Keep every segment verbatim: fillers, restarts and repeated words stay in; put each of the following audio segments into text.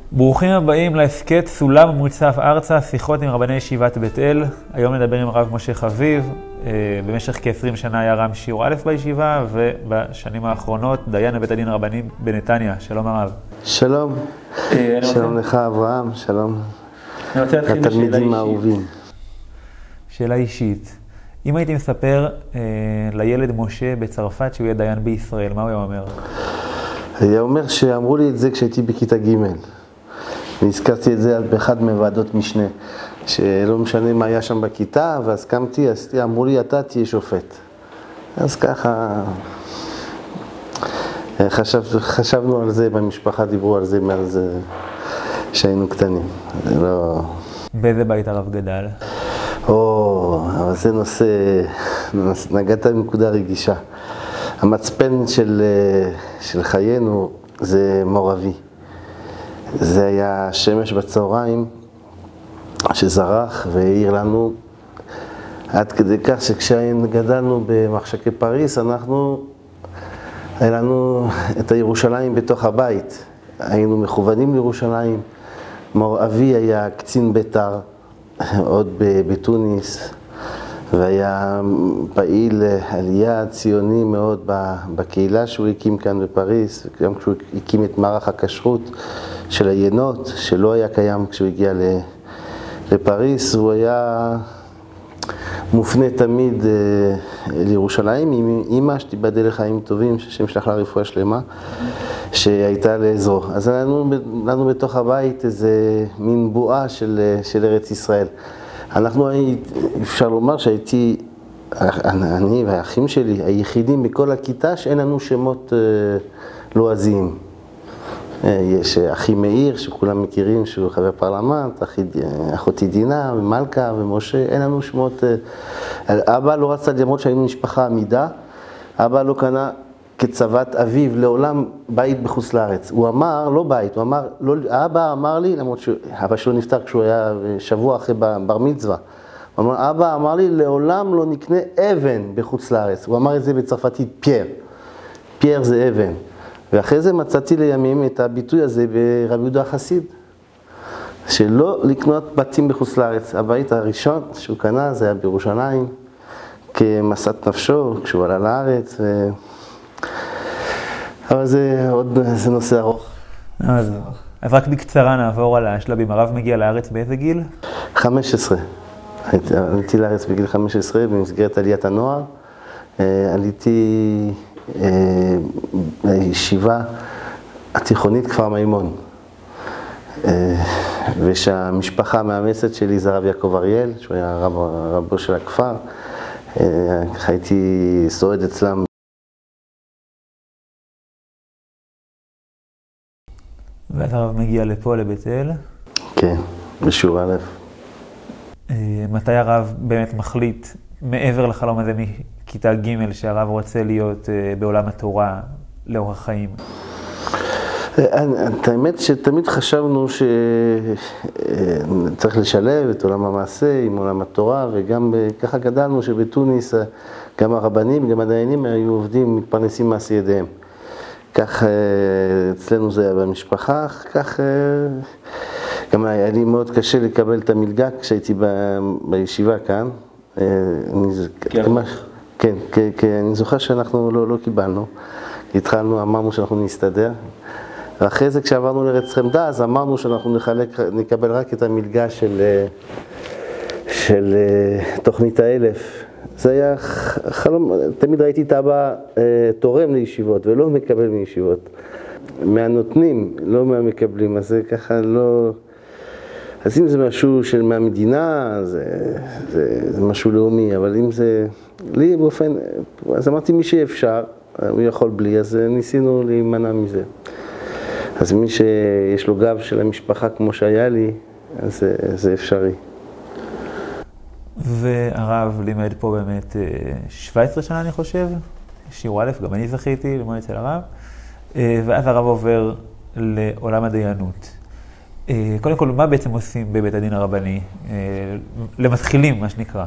ברוכים הבאים להסכת סולם מוצף ארצה, שיחות עם רבני ישיבת בית אל. היום נדבר עם הרב משה חביב. במשך כ-עשרים שנה היה רם שיעור א' בישיבה, ובשנים האחרונות דיין בבית הדין הרבני בנתניה. שלום הרב. שלום. שלום לך אברהם, שלום לתלמידים האהובים. שאלה אישית. אם הייתי מספר אה, לילד משה בצרפת שהוא יהיה דיין בישראל, מה הוא היה אומר? היה אומר שאמרו לי את זה כשהייתי בכיתה ג' והזכרתי את זה באחד מוועדות משנה, שלא משנה מה היה שם בכיתה, ואז קמתי, אז אמרו לי אתה תהיה שופט. אז ככה חשב, חשבנו על זה במשפחה, דיברו על זה מאז שהיינו קטנים. לא... באיזה בית הרב גדל? או, אבל זה נושא, נגעת בנקודה רגישה. המצפן של, של חיינו זה מור אבי. זה היה שמש בצהריים שזרח והעיר לנו, עד כדי כך שכשגדלנו במחשקי פריס, אנחנו, היה לנו את הירושלים בתוך הבית. היינו מכוונים לירושלים. מור אבי היה קצין בית"ר, עוד בתוניס, והיה פעיל עלייה ציוני מאוד בקהילה שהוא הקים כאן בפריס, גם כשהוא הקים את מערך הכשרות של היינות, שלא היה קיים כשהוא הגיע לפריס. הוא היה מופנה תמיד לירושלים עם אמא שתיבדל לחיים טובים, ששם שלח לה רפואה שלמה, שהייתה לעזרו. אז לנו, לנו בתוך הבית איזה מין בועה של, של ארץ ישראל. אנחנו, אפשר לומר שהייתי, אני והאחים שלי, היחידים בכל הכיתה שאין לנו שמות לועזיים. יש אחי מאיר, שכולם מכירים, שהוא חבר פרלמנט, אחי, אחותי דינה, ומלכה ומשה, אין לנו שמות. אבא לא רצה, למרות שהיינו משפחה עמידה, אבא לא קנה כצוות אביו לעולם בית בחוץ לארץ. הוא אמר, לא בית, הוא אמר, לא, אבא אמר לי, למרות שאבא שלו נפטר כשהוא היה שבוע אחרי בר מצווה, הוא אמר, אבא אמר לי, לעולם לא נקנה אבן בחוץ לארץ. הוא אמר את זה בצרפתית, פייר. פייר זה אבן. ואחרי זה מצאתי לימים את הביטוי הזה ברבי יהודה החסיד, שלא לקנות בתים בחוץ לארץ. הבית הראשון שהוא קנה זה היה בירושלים, כמסת נפשו, כשהוא עלה לארץ. ו... אבל זה עוד, זה נושא ארוך. אז, אז רק בקצרה נעבור על השלבים. הרב מגיע לארץ באיזה גיל? חמש עשרה. עליתי לארץ בגיל חמש עשרה במסגרת עליית הנוער. עליתי לישיבה התיכונית כפר מימון. ושהמשפחה המאמצת שלי זה הרב יעקב אריאל, שהוא היה הרב, רבו של הכפר. הייתי סועד אצלם. ואז הרב מגיע לפה, לבית אל? כן, בשיעור א'. מתי הרב באמת מחליט, מעבר לחלום הזה מכיתה ג' שהרב רוצה להיות בעולם התורה לאורח חיים? האמת שתמיד חשבנו שצריך לשלב את עולם המעשה עם עולם התורה, וגם ככה גדלנו שבתוניס גם הרבנים, גם הדיינים היו עובדים, מתפרנסים מעשי ידיהם. כך אצלנו זה היה במשפחה, כך גם היה לי מאוד קשה לקבל את המלגה כשהייתי ב, בישיבה כאן. כן, כן, אני זוכר שאנחנו לא, לא קיבלנו, התחלנו, אמרנו שאנחנו נסתדר, ואחרי זה כשעברנו לארץ חמדה, אז אמרנו שאנחנו נחלק, נקבל רק את המלגה של, של תוכנית האלף. זה היה חלום, תמיד ראיתי את אבא תורם לישיבות ולא מקבל מישיבות. מהנותנים, לא מהמקבלים, אז זה ככה לא... אז אם זה משהו של מהמדינה, זה, זה, זה משהו לאומי, אבל אם זה... לי באופן... אז אמרתי מי שאפשר, הוא יכול בלי, אז ניסינו להימנע מזה. אז מי שיש לו גב של המשפחה כמו שהיה לי, אז זה, זה אפשרי. והרב לימד פה באמת שבע עשרה שנה אני חושב, שיעור א', גם אני זכיתי ללמוד אצל הרב, ואז הרב עובר לעולם הדיינות. קודם כל, מה בעצם עושים בבית הדין הרבני? למתחילים, מה שנקרא.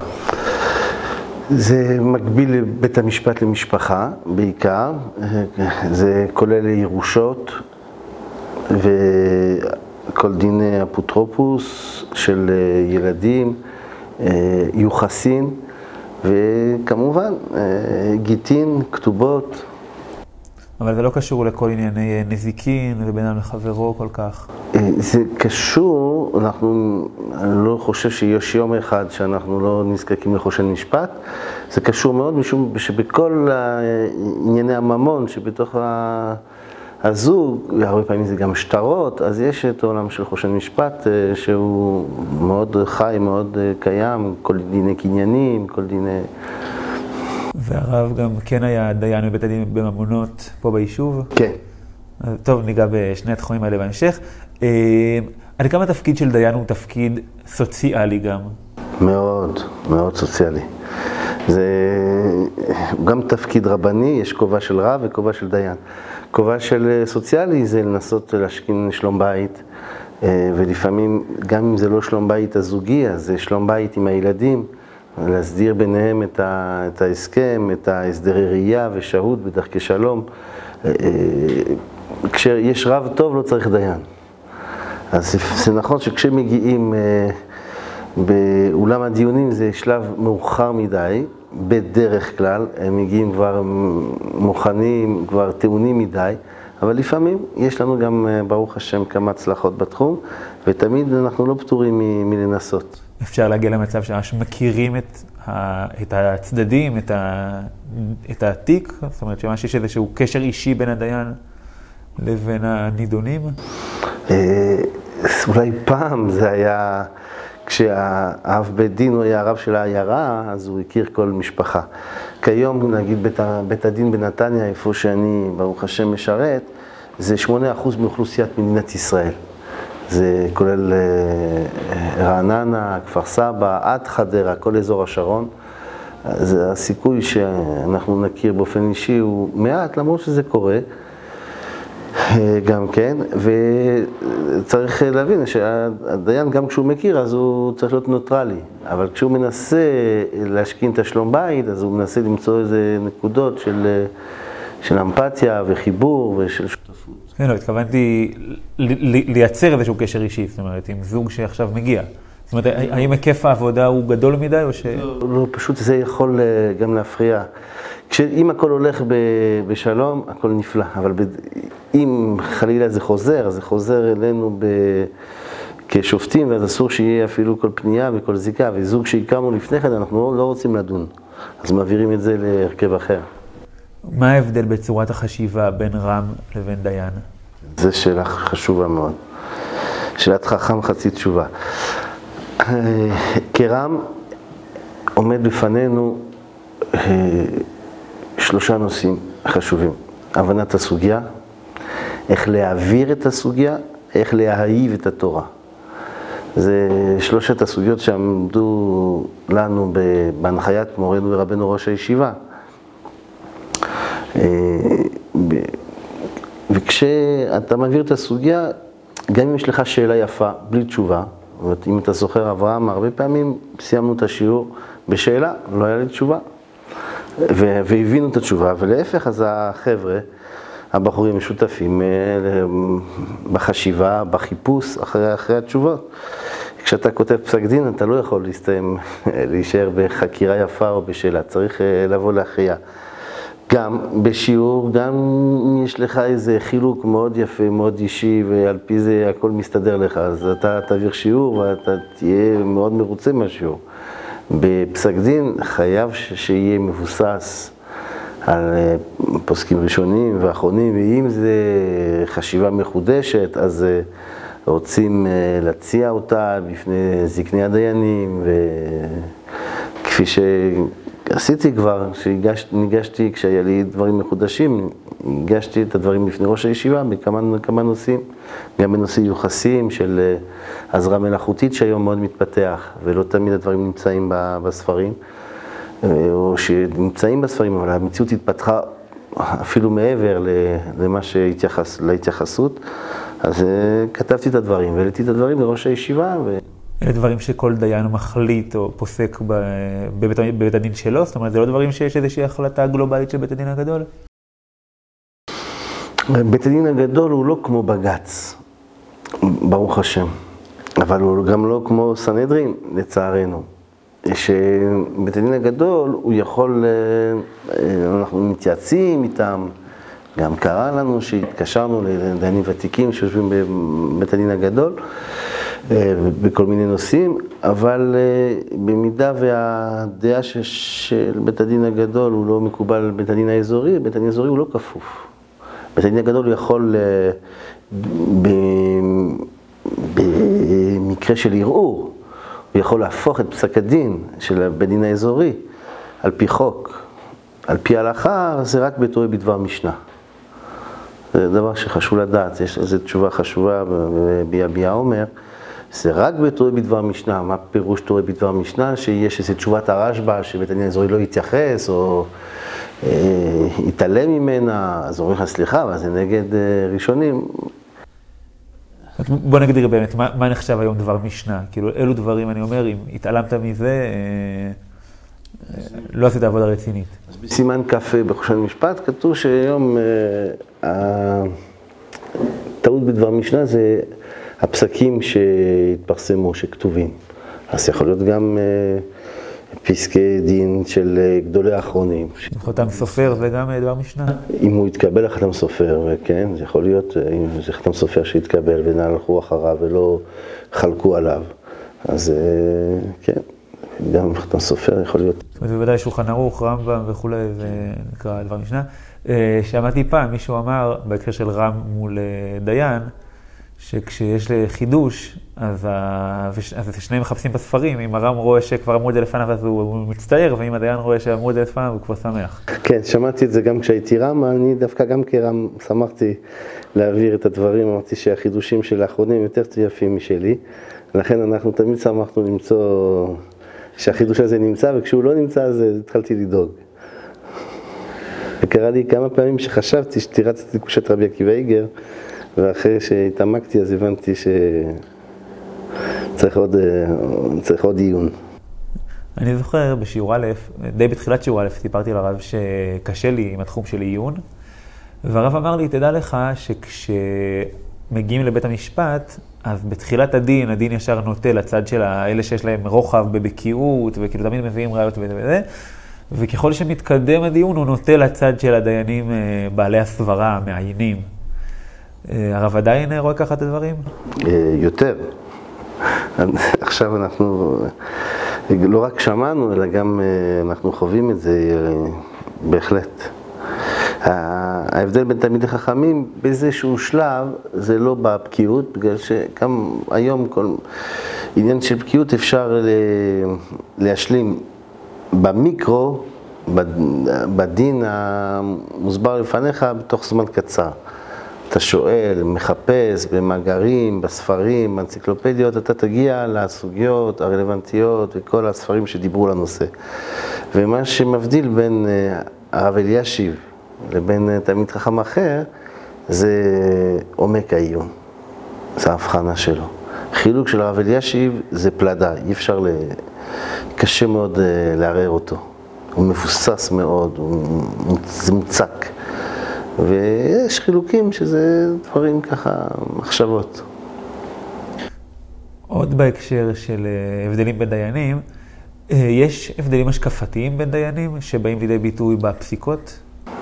זה מקביל לבית המשפט למשפחה בעיקר, זה כולל ירושות, כל דיני אפוטרופוס של ילדים, יוחסין, וכמובן גיטין, כתובות. אבל זה לא קשור לכל ענייני נזיקין ובינם לחברו כל כך. זה קשור, אנחנו, אני לא חושב שיש יום אחד שאנחנו לא נזקקים לחושן משפט. זה קשור מאוד משום שבכל ענייני הממון שבתוך הזוג, הרבה פעמים זה גם שטרות, אז יש את העולם של חושן משפט שהוא מאוד חי, מאוד קיים, כל דיני קניינים, כל דיני... והרב גם כן היה דיין בבית הדין בממונות פה ביישוב? כן. טוב, ניגע בשני התחומים האלה בהמשך. עד כמה התפקיד של דיין הוא תפקיד סוציאלי גם? מאוד, מאוד סוציאלי. זה גם תפקיד רבני, יש כובע של רב וכובע של דיין. כובע של סוציאלי זה לנסות להשכין שלום בית, ולפעמים גם אם זה לא שלום בית הזוגי, אז זה שלום בית עם הילדים, להסדיר ביניהם את, ה, את ההסכם, את ההסדרי ראייה ושהות בדרכי שלום. כשיש רב טוב לא צריך דיין. אז זה נכון שכשמגיעים באולם הדיונים זה שלב מאוחר מדי, בדרך כלל, הם מגיעים כבר מוכנים, כבר טעונים מדי, אבל לפעמים יש לנו גם, ברוך השם, כמה הצלחות בתחום, ותמיד אנחנו לא פטורים מ- מלנסות. אפשר להגיע למצב שממש מכירים את, ה, את הצדדים, את, ה, את העתיק, זאת אומרת שממש יש איזשהו קשר אישי בין הדיין לבין הנידונים? אולי פעם זה היה, כשהאב בית דין הוא היה הרב של העיירה, אז הוא הכיר כל משפחה. כיום, נגיד, בית, בית הדין בנתניה, איפה שאני, ברוך השם, משרת, זה שמונה אחוז מאוכלוסיית מדינת ישראל. זה כולל רעננה, כפר סבא, עד חדרה, כל אזור השרון. אז הסיכוי שאנחנו נכיר באופן אישי הוא מעט, למרות שזה קורה. גם כן, וצריך להבין שהדיין גם כשהוא מכיר אז הוא צריך להיות נוטרלי, אבל כשהוא מנסה להשכין את השלום בית אז הוא מנסה למצוא איזה נקודות של, של אמפתיה וחיבור ושל שותפות. כן, לא, התכוונתי לייצר איזשהו קשר אישי, זאת אומרת, עם זוג שעכשיו מגיע. זאת אומרת, האם היקף העבודה הוא גדול מדי או ש... לא, לא, פשוט זה יכול גם להפריע. אם הכל הולך בשלום, הכל נפלא, אבל אם חלילה זה חוזר, אז זה חוזר אלינו כשופטים, ואז אסור שיהיה אפילו כל פנייה וכל זיקה, וזוג שהכרנו לפני כן, אנחנו לא רוצים לדון, אז מעבירים את זה להרכב אחר. מה ההבדל בצורת החשיבה בין רם לבין דיין? זו שאלה חשובה מאוד. שאלת חכם חצי תשובה. כרם עומד בפנינו שלושה נושאים חשובים. הבנת הסוגיה, איך להעביר את הסוגיה, איך להאהיב את התורה. זה שלושת הסוגיות שעמדו לנו בהנחיית מורנו ורבנו ראש הישיבה. וכשאתה מעביר את הסוגיה, גם אם יש לך שאלה יפה, בלי תשובה, אם אתה זוכר אברהם, הרבה פעמים סיימנו את השיעור בשאלה, לא היה לי תשובה. והבינו את התשובה, ולהפך, אז החבר'ה, הבחורים משותפים בחשיבה, בחיפוש, אחרי, אחרי התשובות. כשאתה כותב פסק דין, אתה לא יכול להסתיים, להישאר בחקירה יפה או בשאלה, צריך לבוא להכריע. גם בשיעור, גם אם יש לך איזה חילוק מאוד יפה, מאוד אישי, ועל פי זה הכל מסתדר לך, אז אתה תעביר שיעור ואתה תהיה מאוד מרוצה מהשיעור. בפסק דין חייב שיהיה מבוסס על פוסקים ראשונים ואחרונים, ואם זה חשיבה מחודשת, אז רוצים להציע אותה בפני זקני הדיינים, וכפי שעשיתי כבר, כשניגשתי, כשהיה לי דברים מחודשים, הגשתי את הדברים בפני ראש הישיבה בכמה כמה נושאים, גם בנושאים יוחסים של עזרה מלאכותית שהיום מאוד מתפתח, ולא תמיד הדברים נמצאים בספרים, או שנמצאים בספרים, אבל המציאות התפתחה אפילו מעבר למה שהתייחס, להתייחסות. אז כתבתי את הדברים, והעליתי את הדברים לראש הישיבה. ו... אלה דברים שכל דיין מחליט או פוסק בבית, בבית הדין שלו? זאת אומרת, זה לא דברים שיש איזושהי החלטה גלובלית של בית הדין הגדול? בית הדין הגדול הוא לא כמו בג"ץ. ברוך השם. אבל הוא גם לא כמו סנהדרין, לצערנו. שבית הדין הגדול, הוא יכול, אנחנו מתייעצים איתם, גם קרה לנו שהתקשרנו לדיינים ותיקים שיושבים בבית הדין הגדול, בכל מיני נושאים, אבל במידה והדעה של בית הדין הגדול הוא לא מקובל בבית הדין האזורי, בית הדין האזורי הוא לא כפוף. בית הדין הגדול הוא יכול, במקרה של ערעור, הוא יכול להפוך את פסק הדין של בית הדין האזורי על פי חוק, על פי ההלכה, זה רק בתורה בדבר משנה. זה דבר שחשוב לדעת, יש איזו תשובה חשובה ביביע אומר, זה רק בתורה בדבר משנה. מה פירוש תורה בדבר משנה? שיש איזו תשובת הרשב"א שבית הדין האזורי לא יתייחס או אה, יתעלם ממנה, אז אומרים לך סליחה, אבל זה נגד אה, ראשונים. בוא נגדיר באמת, מה, מה נחשב היום דבר משנה? כאילו, אלו דברים, אני אומר, אם התעלמת מזה, אה, אה, לא עשית עבודה רצינית. אז בסימן קפה בחושן משפט כתוב שהיום אה, הטעות בדבר משנה זה הפסקים שהתפרסמו, שכתובים. אז יכול להיות גם אה, פסקי דין של גדולי האחרונים. חתם סופר זה גם דבר משנה? אם הוא יתקבל לחתם סופר, כן, זה יכול להיות, אם זה חתם סופר שהתקבל ונהלכו אחריו ולא חלקו עליו, אז כן, גם חתם סופר יכול להיות. זאת אומרת, בוודאי שולחן ערוך, רמב"ם וכולי, זה נקרא דבר משנה. שמעתי פעם, מישהו אמר, בהקשר של רם מול דיין, שכשיש חידוש, אז, ה... אז שניהם מחפשים בספרים, אם הרם רואה שכבר אמרו את זה לפניו, אז הוא מצטער, ואם הדיין רואה שאמרו את זה לפניו, הוא כבר שמח. כן, שמעתי את זה גם כשהייתי רם, אני דווקא גם כרם שמחתי להעביר את הדברים, אמרתי שהחידושים של האחרונים יותר יפים משלי, לכן אנחנו תמיד שמחנו למצוא, שהחידוש הזה נמצא, וכשהוא לא נמצא, אז התחלתי לדאוג. וקרה לי כמה פעמים שחשבתי שתירצתי לקושת רבי עקיבא איגר, ואחרי שהתעמקתי אז הבנתי שצריך עוד, צריך עוד עיון. אני זוכר בשיעור א', די בתחילת שיעור א', סיפרתי לרב שקשה לי עם התחום של עיון, והרב אמר לי, תדע לך שכשמגיעים לבית המשפט, אז בתחילת הדין, הדין ישר נוטה לצד של אלה שיש להם רוחב בבקיאות, וכאילו תמיד מביאים ראיות וזה וזה, וככל שמתקדם הדיון הוא נוטה לצד של הדיינים בעלי הסברה, מעיינים. הרב עדיין רואה ככה את הדברים? יותר. עכשיו אנחנו לא רק שמענו, אלא גם אנחנו חווים את זה בהחלט. ההבדל בין תלמידי חכמים באיזשהו שלב זה לא בבקיאות, בגלל שגם היום כל עניין של בקיאות אפשר להשלים במיקרו, בדין המוסבר לפניך בתוך זמן קצר. אתה שואל, מחפש במאגרים, בספרים, באנציקלופדיות, אתה תגיע לסוגיות הרלוונטיות וכל הספרים שדיברו לנושא. ומה שמבדיל בין הרב אלישיב לבין תלמיד חכם אחר, זה עומק העיון, זה ההבחנה שלו. חילוק של הרב אלישיב זה פלדה, אי אפשר, ל... קשה מאוד לערער אותו. הוא מבוסס מאוד, הוא... זה מוצק. ויש חילוקים שזה דברים ככה, מחשבות. עוד בהקשר של הבדלים בין דיינים, יש הבדלים השקפתיים בין דיינים שבאים לידי ביטוי בפסיקות?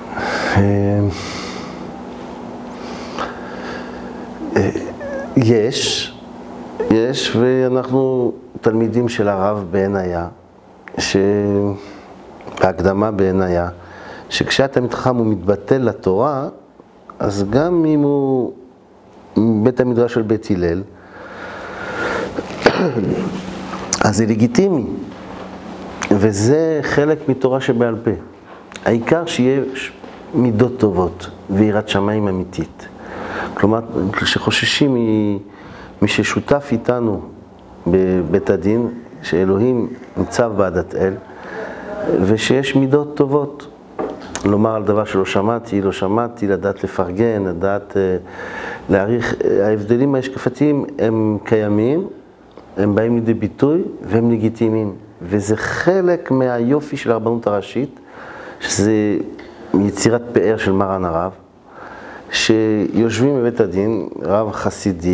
יש, יש, ואנחנו תלמידים של הרב בעיניה, שבהקדמה בעיניה, שכשאתה מתחכם הוא מתבטל לתורה, אז גם אם הוא בית המדרש של בית הלל, אז זה לגיטימי, וזה חלק מתורה שבעל פה. העיקר שיהיה מידות טובות ויראת שמיים אמיתית. כלומר, שחוששים מי ששותף איתנו בבית הדין, שאלוהים ניצב בעדת אל, ושיש מידות טובות. לומר על דבר שלא שמעתי, לא שמעתי, לדעת לפרגן, לדעת להעריך. ההבדלים ההשקפתיים הם קיימים, הם באים לידי ביטוי והם לגיטימיים. וזה חלק מהיופי של הרבנות הראשית, שזה יצירת פאר של מרן הרב, שיושבים בבית הדין, רב חסידי,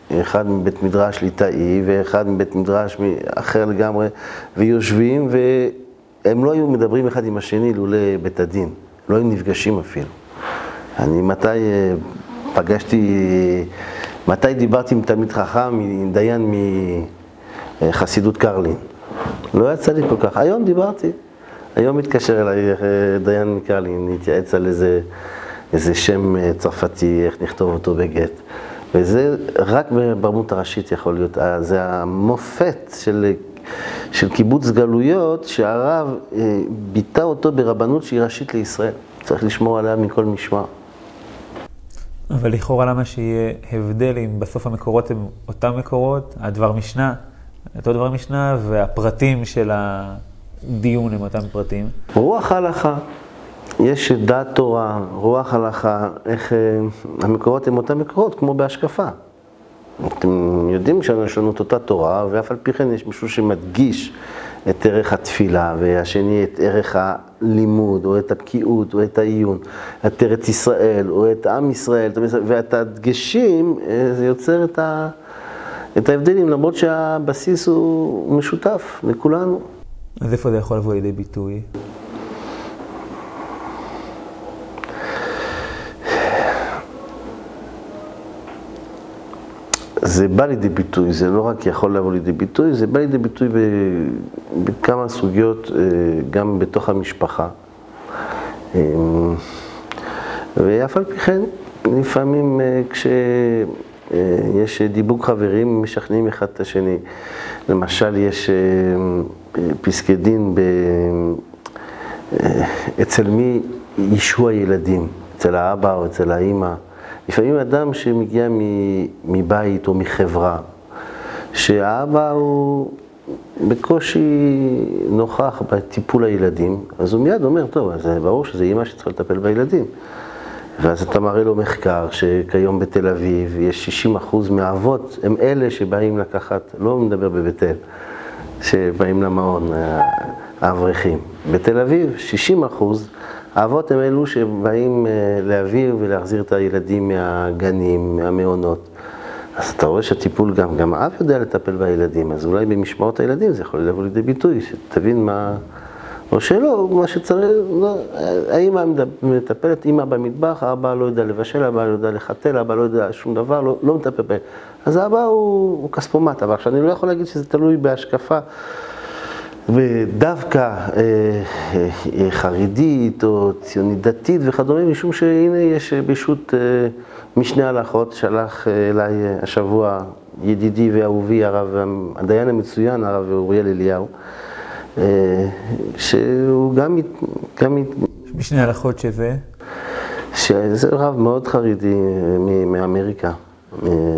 אחד מבית מדרש ליטאי ואחד מבית מדרש אחר לגמרי, ויושבים והם לא היו מדברים אחד עם השני לולא בית הדין, לא היו נפגשים אפילו. אני מתי פגשתי, מתי דיברתי עם תלמיד חכם, עם דיין מחסידות קרלין? לא יצא לי כל כך, היום דיברתי, היום מתקשר אליי דיין מקרלין, נתייעץ על איזה, איזה שם צרפתי, איך נכתוב אותו בגט. וזה רק ברבנות הראשית יכול להיות, זה המופת של, של קיבוץ גלויות שהרב ביטא אותו ברבנות שהיא ראשית לישראל. צריך לשמור עליה מכל משמר. אבל לכאורה למה שיהיה הבדל אם בסוף המקורות הם אותם מקורות, הדבר משנה, אותו דבר משנה, והפרטים של הדיון הם אותם פרטים? רוח הלכה. יש דעת תורה, רוח הלכה, איך המקורות הם אותם מקורות, כמו בהשקפה. אתם יודעים שיש לנו את אותה תורה, ואף על פי כן יש מישהו שמדגיש את ערך התפילה, והשני את ערך הלימוד, או את הבקיאות, או את העיון, את ארץ ישראל, או את עם ישראל, ואת הדגשים, זה יוצר את, ה... את ההבדלים, למרות שהבסיס הוא משותף לכולנו. אז איפה זה יכול לבוא לידי ביטוי? זה בא לידי ביטוי, זה לא רק יכול לבוא לידי ביטוי, זה בא לידי ביטוי בכמה סוגיות, גם בתוך המשפחה. ואף על פי כן, לפעמים כשיש דיבוק חברים, משכנעים אחד את השני. למשל, יש פסקי דין ב... אצל מי ישו הילדים, אצל האבא או אצל האמא. לפעמים אדם שמגיע מבית או מחברה, שהאבא הוא בקושי נוכח בטיפול הילדים, אז הוא מיד אומר, טוב, אז ברור שזה אמא שצריכה לטפל בילדים. ואז אתה מראה לו מחקר שכיום בתל אביב יש שישים אחוז מהאבות, הם אלה שבאים לקחת, לא מדבר בבית אל, שבאים למעון, האברכים. בתל אביב שישים אחוז, האבות הם אלו שבאים להעביר ולהחזיר את הילדים מהגנים, מהמעונות. אז אתה רואה שהטיפול גם, גם האב יודע לטפל בילדים, אז אולי במשמעות הילדים זה יכול לבוא לידי ביטוי, שתבין מה, או שלא, מה שצריך, לא, האמא מטפלת, אמא במטבח, האבא לא יודע לבשל, האבא לא יודע לחתל, האבא לא יודע שום דבר, לא, לא מטפל בהם. אז האבא הוא, הוא כספומט, אבל עכשיו אני לא יכול להגיד שזה תלוי בהשקפה, ודווקא אה, אה, חרדית או ציונית דתית וכדומה, משום שהנה יש בשו"ת אה, משנה הלכות, שלח אליי השבוע ידידי ואהובי הרב, הדיין המצוין, הרב אוריאל אליהו, אה, שהוא גם... גם משנה הלכות שזה? שזה רב מאוד חרדי מאמריקה, אה,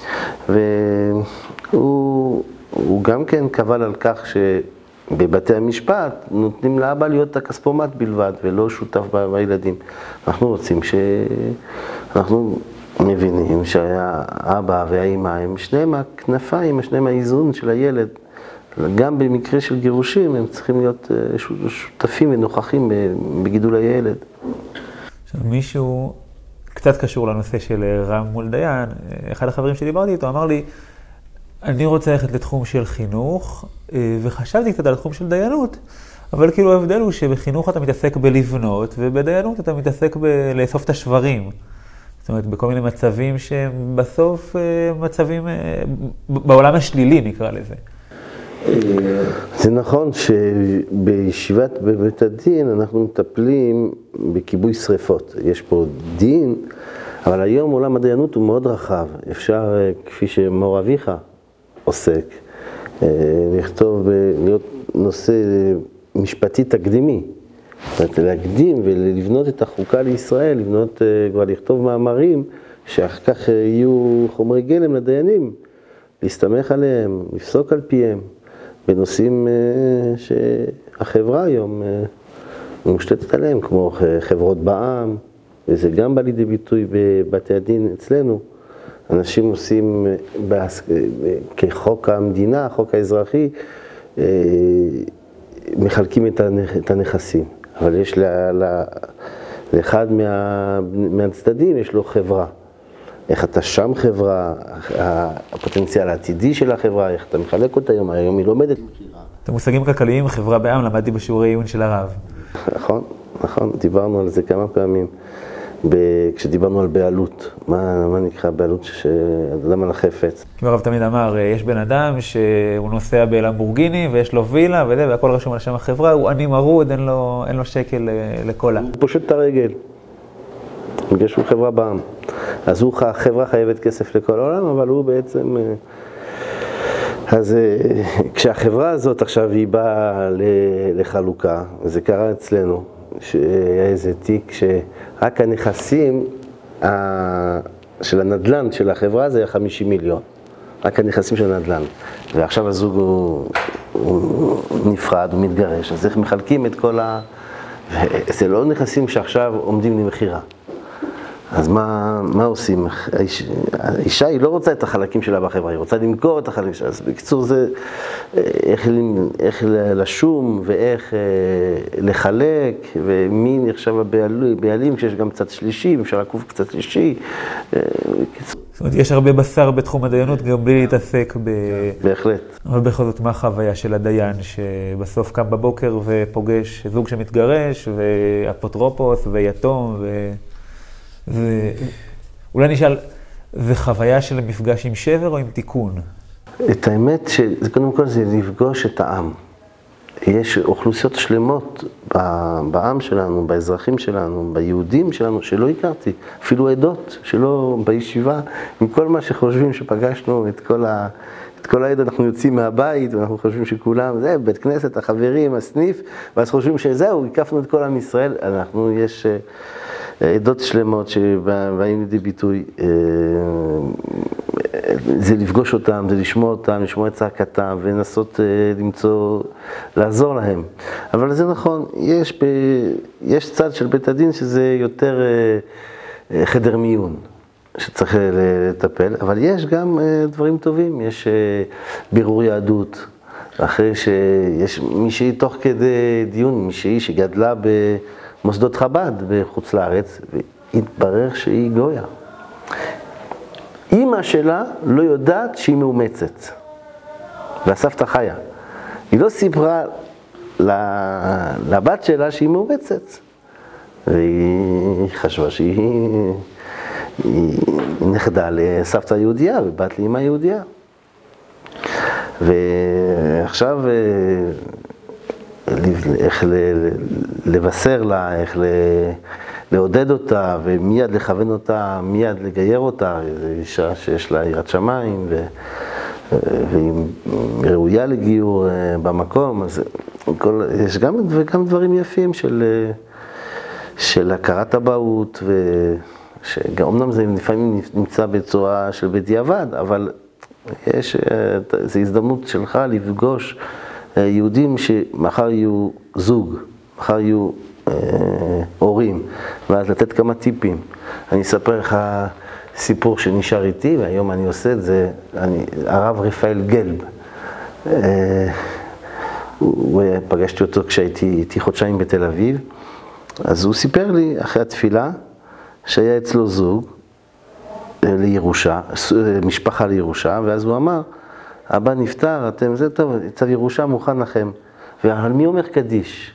והוא הוא גם כן קבל על כך ש... בבתי המשפט נותנים לאבא להיות הכספומט בלבד ולא שותף בילדים. אנחנו רוצים ש... אנחנו מבינים שהאבא והאמא הם שניהם הכנפיים, שניהם האיזון של הילד. גם במקרה של גירושים הם צריכים להיות שותפים ונוכחים בגידול הילד. עכשיו מישהו קצת קשור לנושא של רם מול דיין, אחד החברים שדיברתי איתו אמר לי, אני רוצה ללכת לתחום של חינוך, וחשבתי קצת על התחום של דיינות, אבל כאילו ההבדל הוא שבחינוך אתה מתעסק בלבנות, ובדיינות אתה מתעסק בלאסוף את השברים. זאת אומרת, בכל מיני מצבים שהם בסוף מצבים, בעולם השלילי נקרא לזה. זה נכון שבישיבת בבית הדין אנחנו מטפלים בכיבוי שריפות. יש פה דין, אבל היום עולם הדיינות הוא מאוד רחב. אפשר, כפי שמור אביך עוסק, לכתוב, להיות נושא משפטי תקדימי. זאת אומרת, להקדים ולבנות את החוקה לישראל, לבנות, כבר לכתוב מאמרים, שאחר כך יהיו חומרי גלם לדיינים, להסתמך עליהם, לפסוק על פיהם, בנושאים שהחברה היום מושתתת עליהם, כמו חברות בעם, וזה גם בא לידי ביטוי בבתי הדין אצלנו. אנשים עושים כחוק המדינה, החוק האזרחי, מחלקים את הנכסים. אבל יש לאחד מהצדדים, יש לו חברה. איך אתה שם חברה, הפוטנציאל העתידי של החברה, איך אתה מחלק אותה היום, היום היא לומדת מכירה. את המושגים כלכליים, חברה בעם, למדתי בשיעורי עיון של הרב. נכון, נכון, דיברנו על זה כמה פעמים, כשדיברנו על בעלות, מה, מה נקרא בעלות שאדם על החפץ. כמו הרב תמיד אמר, יש בן אדם שהוא נוסע בלמבורגיני ויש לו וילה וזה, והכל רשום על שם החברה, הוא עני מרוד, אין לו, אין לו שקל לקולה. הוא פושט את הרגל, בגלל שהוא חברה בעם. אז הוא, החברה חייבת כסף לכל העולם, אבל הוא בעצם... אז כשהחברה הזאת עכשיו היא באה לחלוקה, וזה קרה אצלנו, שהיה איזה תיק שרק הנכסים של הנדל"ן של החברה זה היה חמישים מיליון. רק הנכסים של הנדל"ן. ועכשיו הזוג הוא, הוא נפרד, הוא מתגרש, אז איך מחלקים את כל ה... זה לא נכסים שעכשיו עומדים למחירה. אז מה, מה עושים? האיש, האישה היא לא רוצה את החלקים שלה בחברה, היא רוצה למכור את החלקים שלה. אז בקיצור זה איך, איך לשום ואיך לחלק, ומי נחשב הבעלים, כשיש גם קצת שלישי, אפשר לעקוב קצת שלישי. זאת אומרת, יש הרבה בשר בתחום הדיינות, גם בלי להתעסק ב... בהחלט. אבל בכל זאת, מה החוויה של הדיין, שבסוף קם בבוקר ופוגש זוג שמתגרש, ואפוטרופוס ויתום, ו... ואולי נשאל, זה חוויה של מפגש עם שבר או עם תיקון? את האמת שקודם כל זה לפגוש את העם. יש אוכלוסיות שלמות בעם שלנו, באזרחים שלנו, ביהודים שלנו, שלא הכרתי, אפילו עדות, שלא בישיבה, עם כל מה שחושבים שפגשנו, את כל ה... את כל העד אנחנו יוצאים מהבית, ואנחנו חושבים שכולם, זה בית כנסת, החברים, הסניף, ואז חושבים שזהו, הקפנו את כל עם ישראל. אנחנו, יש עדות שלמות שבאים לידי ביטוי, זה לפגוש אותם, זה לשמוע אותם, לשמוע את צעקתם, ולנסות למצוא, לעזור להם. אבל זה נכון, יש, ב, יש צד של בית הדין שזה יותר חדר מיון. שצריך לטפל, אבל יש גם דברים טובים, יש בירור יהדות, אחרי שיש מישהי תוך כדי דיון, מישהי שגדלה במוסדות חב"ד בחוץ לארץ, והתברר שהיא גויה. אמא שלה לא יודעת שהיא מאומצת, והסבתא חיה. היא לא סיפרה לבת שלה שהיא מאומצת, והיא חשבה שהיא... היא נכדה לסבתא יהודיה ובת לאמא יהודיה. ועכשיו איך לבשר לה, איך לעודד אותה ומיד לכוון אותה, מיד לגייר אותה. זו אישה שיש לה יראת שמיים והיא ראויה לגיור במקום. אז כל, יש גם, גם דברים יפים של, של הכרת אבהות ו... שאומנם זה לפעמים נמצא בצורה של בדיעבד, אבל יש, זו הזדמנות שלך לפגוש יהודים שמחר יהיו זוג, מחר יהיו אה, הורים, ואז לתת כמה טיפים. אני אספר לך סיפור שנשאר איתי, והיום אני עושה את זה, אני, הרב רפאל גלב. אה, הוא, פגשתי אותו כשהייתי חודשיים בתל אביב, אז הוא סיפר לי אחרי התפילה, שהיה אצלו זוג לירושה, משפחה לירושה, ואז הוא אמר, אבא נפטר, אתם זה טוב, צו ירושה מוכן לכם. ועל מי אומר קדיש?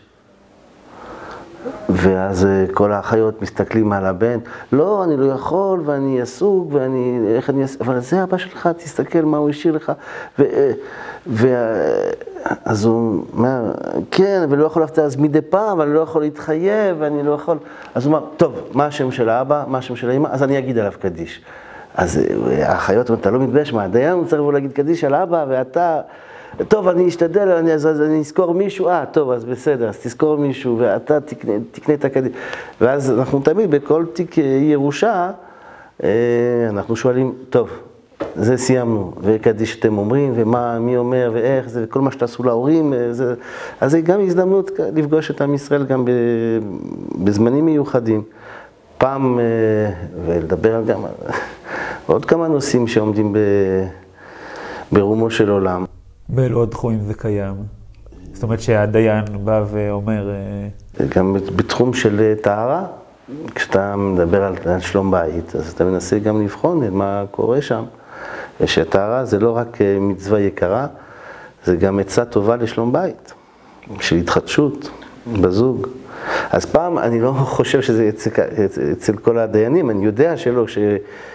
ואז כל האחיות מסתכלים על הבן, לא, אני לא יכול, ואני עסוק, ואני, איך אני אעשה, אבל זה אבא שלך, תסתכל מה הוא השאיר לך. ו, ו, אז הוא אומר, כן, ולא יכול להפתיע, אז מדי פעם, אבל אני לא יכול להתחייב, ואני לא יכול... אז הוא אומר, טוב, מה השם של האבא, מה השם של האמא, אז אני אגיד עליו קדיש. אז האחיות אומרת, אתה לא מתבייש, מה, הדיין הוא צריך להגיד קדיש על אבא, ואתה... טוב, אני אשתדל, אני, אז, אז אני אזכור מישהו, אה, טוב, אז בסדר, אז תזכור מישהו, ואתה תקנה, תקנה את הקדיש. ואז אנחנו תמיד, בכל תיק ירושה, אנחנו שואלים, טוב, זה סיימנו, וקדיש אתם אומרים, ומה, מי אומר, ואיך זה, וכל מה שתעשו להורים, זה, אז זה גם הזדמנות לפגוש את עם ישראל גם בזמנים מיוחדים. פעם, ולדבר גם עוד כמה נושאים שעומדים ב, ברומו של עולם. באילו עוד תחומים זה קיים? זאת אומרת שהדיין בא ואומר... גם בתחום של טהרה, כשאתה מדבר על, על שלום בית, אז אתה מנסה גם לבחון את מה קורה שם. שהטהרה זה לא רק מצווה יקרה, זה גם עצה טובה לשלום בית, של התחדשות בזוג. אז פעם, אני לא חושב שזה אצל, אצל כל הדיינים, אני יודע שלא, כש...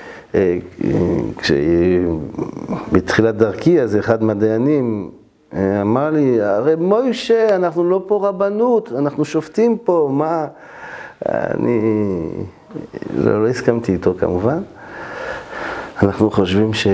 כשבתחילת דרכי, אז אחד מהדיינים אמר לי, הרי מוישה, אנחנו לא פה רבנות, אנחנו שופטים פה, מה... אני לא, לא הסכמתי איתו כמובן. אנחנו חושבים ש...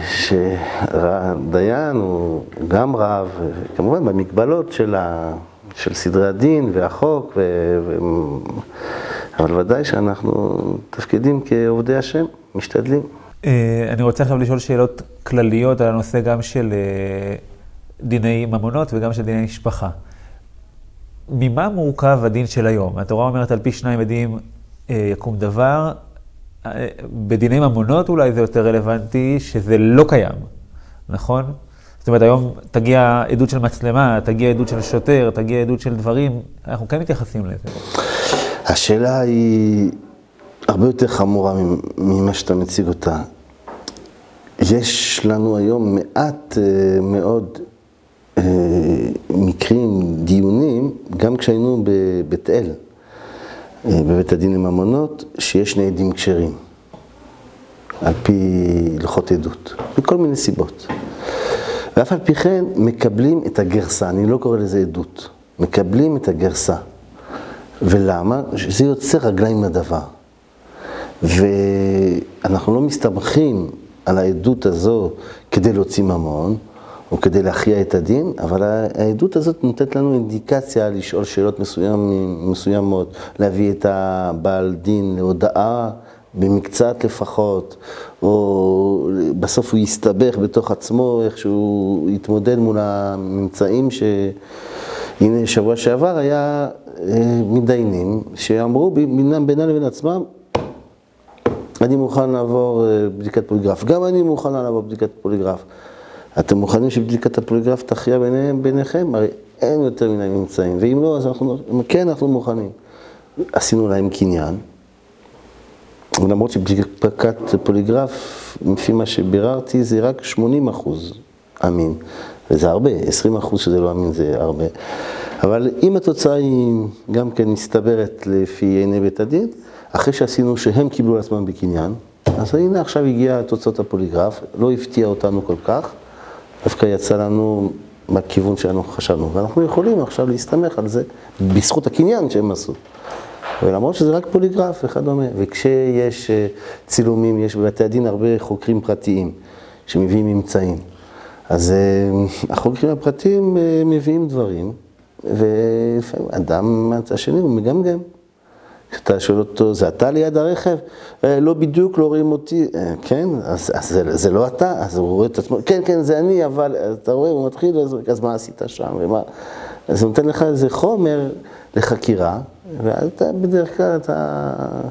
שדיין הוא גם רב, כמובן במגבלות של, ה... של סדרי הדין והחוק, ו... ו... אבל ודאי שאנחנו תפקידים כעובדי השם, משתדלים. אני רוצה עכשיו לשאול שאלות כלליות על הנושא גם של דיני ממונות וגם של דיני משפחה. ממה מורכב הדין של היום? התורה אומרת על פי שניים עדים יקום דבר, בדיני ממונות אולי זה יותר רלוונטי שזה לא קיים, נכון? זאת אומרת היום תגיע עדות של מצלמה, תגיע עדות של שוטר, תגיע עדות של דברים, אנחנו כן מתייחסים לזה. השאלה היא הרבה יותר חמורה ממה שאתה מציג אותה. יש לנו היום מעט מאוד מקרים, דיונים, גם כשהיינו בבית אל, בבית הדין לממונות, שיש שני עדים כשרים, על פי הלכות עדות, מכל מיני סיבות. ואף על פי כן מקבלים את הגרסה, אני לא קורא לזה עדות, מקבלים את הגרסה. ולמה? שזה יוצא רגליים לדבר. ואנחנו לא מסתמכים על העדות הזו כדי להוציא ממון, או כדי להכריע את הדין, אבל העדות הזאת נותנת לנו אינדיקציה לשאול שאלות מסוים, מסוימות, להביא את הבעל דין להודעה במקצת לפחות, או בסוף הוא יסתבך בתוך עצמו, איך שהוא יתמודד מול הממצאים ש... הנה, שבוע שעבר היה מדיינים שאמרו בינם בינם לבין עצמם, אני מוכן לעבור בדיקת פוליגרף, גם אני מוכן לעבור בדיקת פוליגרף. אתם מוכנים שבדיקת הפוליגרף תכריע ביניהם, ביניכם? הרי אין יותר מן הממצאים, ואם לא, אז אנחנו, כן, אנחנו מוכנים. עשינו להם קניין, למרות שבדיקת פוליגרף, לפי מה שביררתי, זה רק שמונים אחוז אמין, וזה הרבה, עשרים אחוז שזה לא אמין זה הרבה. אבל אם התוצאה היא גם כן מסתברת לפי עיני בית הדין, אחרי שעשינו שהם קיבלו על עצמם בקניין, אז הנה עכשיו הגיעה תוצאות הפוליגרף, לא הפתיע אותנו כל כך, דווקא יצא לנו בכיוון שאנחנו חשבנו, ואנחנו יכולים עכשיו להסתמך על זה בזכות הקניין שהם עשו. ולמרות שזה רק פוליגרף וכדומה, וכשיש צילומים, יש בבתי הדין הרבה חוקרים פרטיים שמביאים ממצאים. אז החוקרים הפרטיים מביאים דברים, ולפעמים אדם השני הוא מגמגם. כשאתה שואל אותו, זה אתה ליד הרכב? לא בדיוק, לא רואים אותי. כן, אז, אז זה, זה לא אתה, אז הוא רואה את עצמו, כן, כן, זה אני, אבל אתה רואה, הוא מתחיל, אז, אז מה עשית שם? ומה? אז הוא נותן לך איזה חומר לחקירה, ואתה בדרך כלל אתה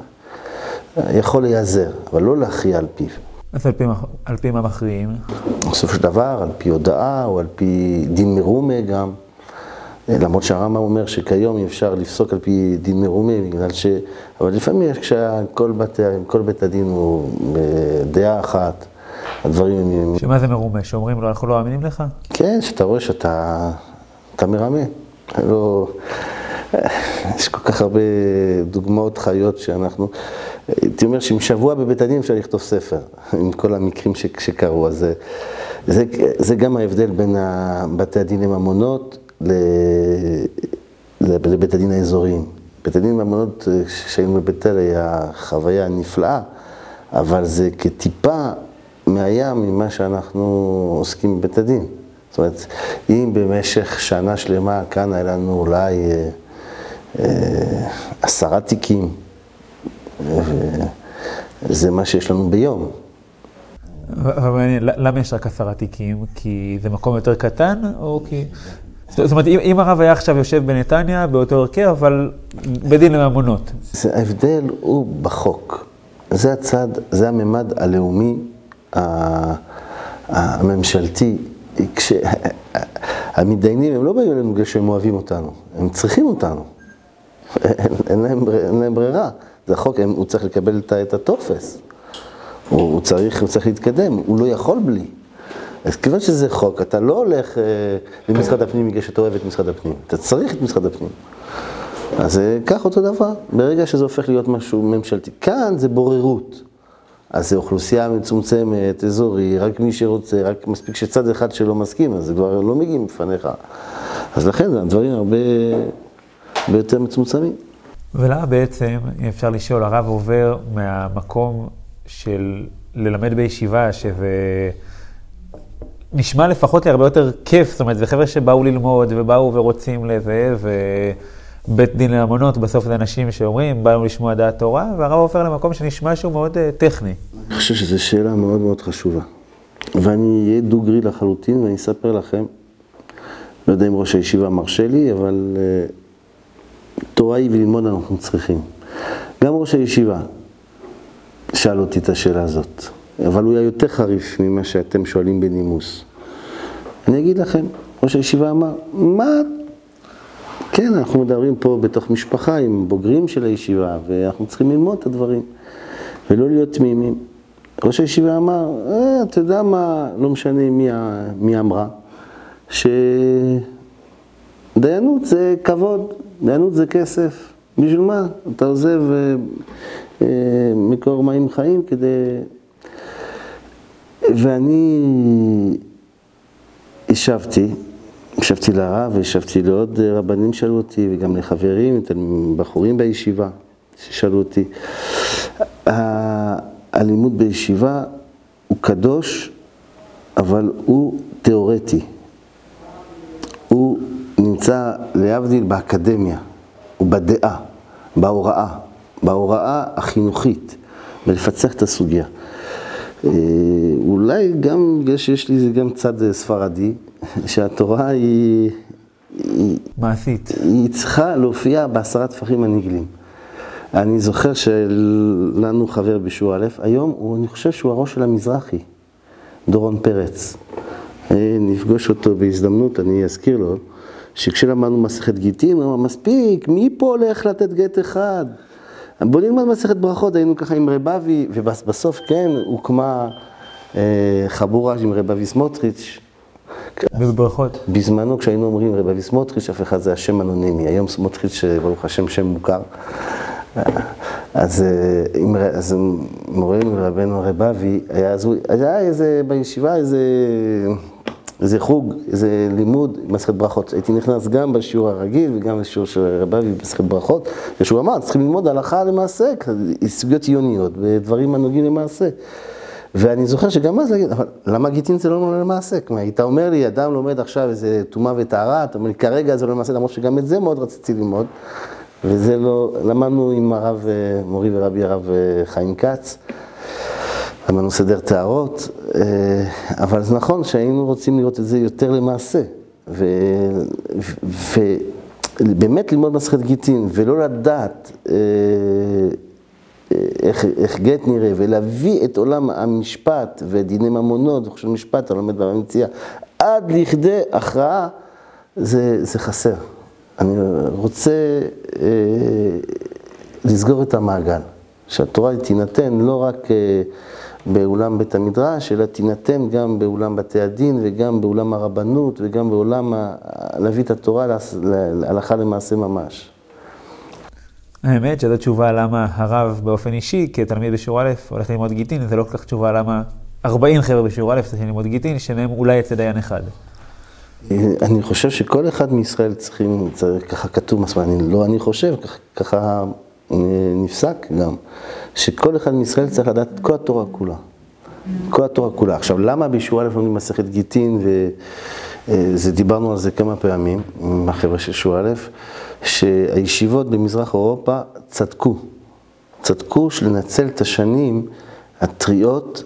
יכול להיעזר, אבל לא להכריע על פיו. אז על פי, על פי מה מכריעים? בסוף של דבר, על פי הודעה, או על פי דין מרומה גם. למרות שהרמב"ם אומר שכיום אפשר לפסוק על פי דין מרומה, בגלל ש... אבל לפעמים יש כשכל בית, כל בית הדין הוא בדעה אחת, הדברים... שמה זה מרומה? שאומרים לו, אנחנו לא מאמינים לך? כן, שאתה רואה שאתה אתה מרמה. לא... יש כל כך הרבה דוגמאות חיות שאנחנו... הייתי אומר שעם שבוע בבית הדין אפשר לכתוב ספר, עם כל המקרים ש... שקרו. אז זה, זה, זה גם ההבדל בין בתי הדין לממונות, לבית הדין האזוריים. בית הדין לממונות שהיינו בבית אל היה חוויה נפלאה, אבל זה כטיפה מהים ממה שאנחנו עוסקים בבית הדין. זאת אומרת, אם במשך שנה שלמה כאן היה לנו אולי אה, אה, עשרה תיקים, זה מה שיש לנו ביום. למה יש רק עשרה תיקים? כי זה מקום יותר קטן או כי... זאת אומרת, אם הרב היה עכשיו יושב בנתניה, באותו הרכב, אבל בדין לממונות. ההבדל הוא בחוק. זה הצד, זה הממד הלאומי, הממשלתי. כשהמתדיינים הם לא באים אלינו בגלל שהם אוהבים אותנו, הם צריכים אותנו. אין להם, אין להם ברירה. זה חוק, הוא צריך לקבל את הטופס. הוא, הוא, צריך, הוא צריך להתקדם, הוא לא יכול בלי. אז כיוון שזה חוק, אתה לא הולך אה, למשרד הפנים בגלל שאתה אוהב את משרד הפנים. אתה צריך את משרד הפנים. אז כך אותו דבר. ברגע שזה הופך להיות משהו ממשלתי. כאן זה בוררות. אז זה אוכלוסייה מצומצמת, אזורי, רק מי שרוצה, רק מספיק שצד אחד שלא מסכים, אז זה כבר לא מגיעים בפניך. אז לכן זה הדברים הרבה, הרבה יותר מצומצמים. ולמה בעצם, אם אפשר לשאול, הרב עובר מהמקום של ללמד בישיבה, שזה נשמע לפחות לי הרבה יותר כיף, זאת אומרת, זה חבר'ה שבאו ללמוד ובאו ורוצים לזה, ובית דין לאמונות, בסוף זה אנשים שאומרים, באנו לשמוע דעת תורה, והרב עובר למקום שנשמע שהוא מאוד uh, טכני. אני חושב שזו שאלה מאוד מאוד חשובה. ואני אהיה דוגרי לחלוטין, ואני אספר לכם, לא יודע אם ראש הישיבה מרשה לי, אבל uh, תורה היא וללמוד אנחנו צריכים. גם ראש הישיבה שאל אותי את השאלה הזאת, אבל הוא היה יותר חריף ממה שאתם שואלים בנימוס. אני אגיד לכם, ראש הישיבה אמר, מה? כן, אנחנו מדברים פה בתוך משפחה עם בוגרים של הישיבה, ואנחנו צריכים ללמוד את הדברים, ולא להיות תמימים. ראש הישיבה אמר, אה, אתה יודע מה, לא משנה מי, מי אמרה, שדיינות זה כבוד, דיינות זה כסף. בשביל מה? אתה עוזב אה, מקור מים חיים כדי... ואני ישבתי, ישבתי לרב וישבתי לעוד רבנים שאלו אותי, וגם לחברים, בחורים בישיבה ששאלו אותי. הלימוד בישיבה הוא קדוש, אבל הוא תיאורטי. הוא נמצא להבדיל באקדמיה, הוא בדעה, בהוראה, בהוראה החינוכית, ולפצח את הסוגיה. אולי גם בגלל שיש לי גם צד ספרדי, שהתורה היא... מעשית. היא צריכה להופיע בעשרה טפחים הנגלים. אני זוכר שלנו חבר בשיעור א', היום הוא, אני חושב שהוא הראש של המזרחי, דורון פרץ. נפגוש אותו בהזדמנות, אני אזכיר לו, שכשלמדנו מסכת גיטין, הוא אמר, מספיק, מי פה הולך לתת גט אחד? בוא נלמד מסכת ברכות, היינו ככה עם רב אבי, ובסוף כן, הוקמה אה, חבורה עם רב אבי סמוטריץ'. בברכות. בזמנו כשהיינו אומרים רב אבי סמוטריץ', אף אחד זה השם אנונימי, היום סמוטריץ' ברוך השם שם מוכר. אז, אז מורנו רבנו רב אבי, היה, היה איזה בישיבה איזה... איזה חוג, איזה לימוד, מסכת ברכות. הייתי נכנס גם בשיעור הרגיל וגם בשיעור של רב אבי במסכת ברכות, ושהוא אמר, צריכים ללמוד הלכה למעשה, סוגיות עיוניות, ודברים הנוגעים למעשה. ואני זוכר שגם אז להגיד, אבל למה גיטין זה לא למעשה? כלומר, היית אומר לי, אדם לומד עכשיו איזה טומאה וטהרה, אתה אומר לי, כרגע זה לא למעשה, למרות שגם את זה מאוד רציתי ללמוד, וזה לא, למדנו עם הרב, מורי ורבי הרב חיים כץ, למדנו סדר טהרות, אבל זה נכון שהיינו רוצים לראות את זה יותר למעשה, ו, ובאמת ללמוד מסכת גיטין, ולא לדעת איך, איך גט נראה, ולהביא את עולם המשפט ודיני ממונות וחושב משפט, אני לומד במציאה, עד לכדי הכרעה, זה, זה חסר. אני רוצה אה, לסגור את המעגל, שהתורה תינתן לא רק אה, באולם בית המדרש, אלא תינתן גם באולם בתי הדין וגם באולם הרבנות וגם באולם ה... להביא את התורה להלכה למעשה ממש. האמת שזו תשובה למה הרב באופן אישי, כתלמיד בשיעור א', הולך ללמוד גיטין, זה לא כל כך תשובה למה ארבעים חבר'ה בשיעור א' צריכים ללמוד גיטין, שמהם אולי יצא דיין אחד. אני חושב שכל אחד מישראל צריכים, צריך, ככה כתוב מסוים, אני, לא אני חושב, ככה, ככה נפסק גם, שכל אחד מישראל צריך לדעת את כל התורה כולה. כל התורה כולה. עכשיו, למה בשיעור א' לומדים מסכת גיטין, וזה דיברנו על זה כמה פעמים, עם החבר'ה של שיעור א', שהישיבות במזרח אירופה צדקו. צדקו שלנצל את השנים הטריות,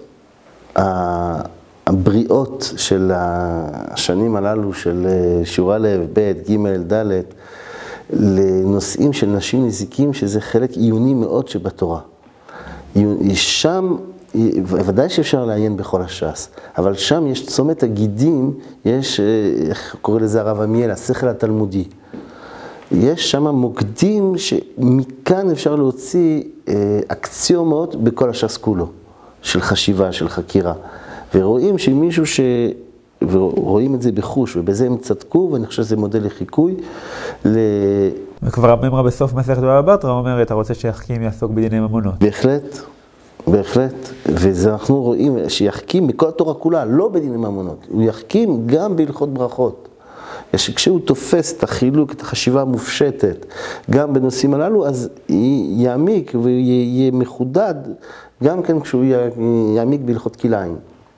הבריאות של השנים הללו של שיעור א', ב', ג', ד', לנושאים של נשים נזיקים, שזה חלק עיוני מאוד שבתורה. שם, ודאי שאפשר לעיין בכל הש"ס, אבל שם יש צומת הגידים, יש, איך קורא לזה הרב עמיאל, השכל התלמודי. יש שם מוקדים שמכאן אפשר להוציא אקסיומות בכל הש"ס כולו, של חשיבה, של חקירה. ורואים שמישהו ש... ורואים את זה בחוש, ובזה הם צדקו, ואני חושב שזה מודל לחיקוי. ל... וכבר הממרה בסוף מסכת בבא בתרא אומרת, אתה רוצה שיחכים יעסוק בדיני ממונות. בהחלט, בהחלט. וזה אנחנו רואים שיחכים מכל התורה כולה, לא בדיני ממונות. הוא יחכים גם בהלכות ברכות. כשהוא תופס את החילוק, את החשיבה המופשטת, גם בנושאים הללו, אז יעמיק ויהיה מחודד, גם כן כשהוא יעמיק בהלכות כלאיים.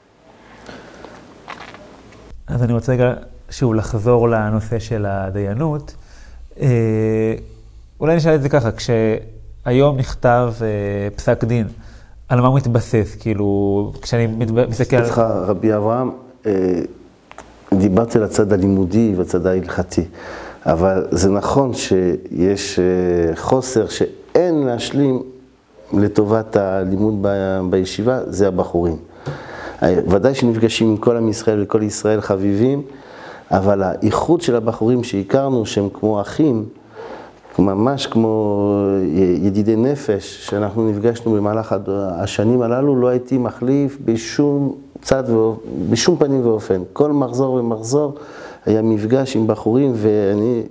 אז אני רוצה רגע שוב לחזור לנושא של הדיינות. אולי נשאל את זה ככה, כשהיום נכתב פסק דין, על מה הוא מתבסס? כאילו, כשאני מסתכל... אצלך רבי אברהם, דיברתי על הצד הלימודי והצד ההלכתי, אבל זה נכון שיש חוסר שאין להשלים לטובת הלימוד בישיבה, זה הבחורים. ודאי שנפגשים עם כל עם ישראל וכל ישראל חביבים, אבל האיחוד של הבחורים שהכרנו, שהם כמו אחים, ממש כמו ידידי נפש, שאנחנו נפגשנו במהלך השנים הללו, לא הייתי מחליף בשום צד, בשום פנים ואופן. כל מחזור ומחזור היה מפגש עם בחורים, ואני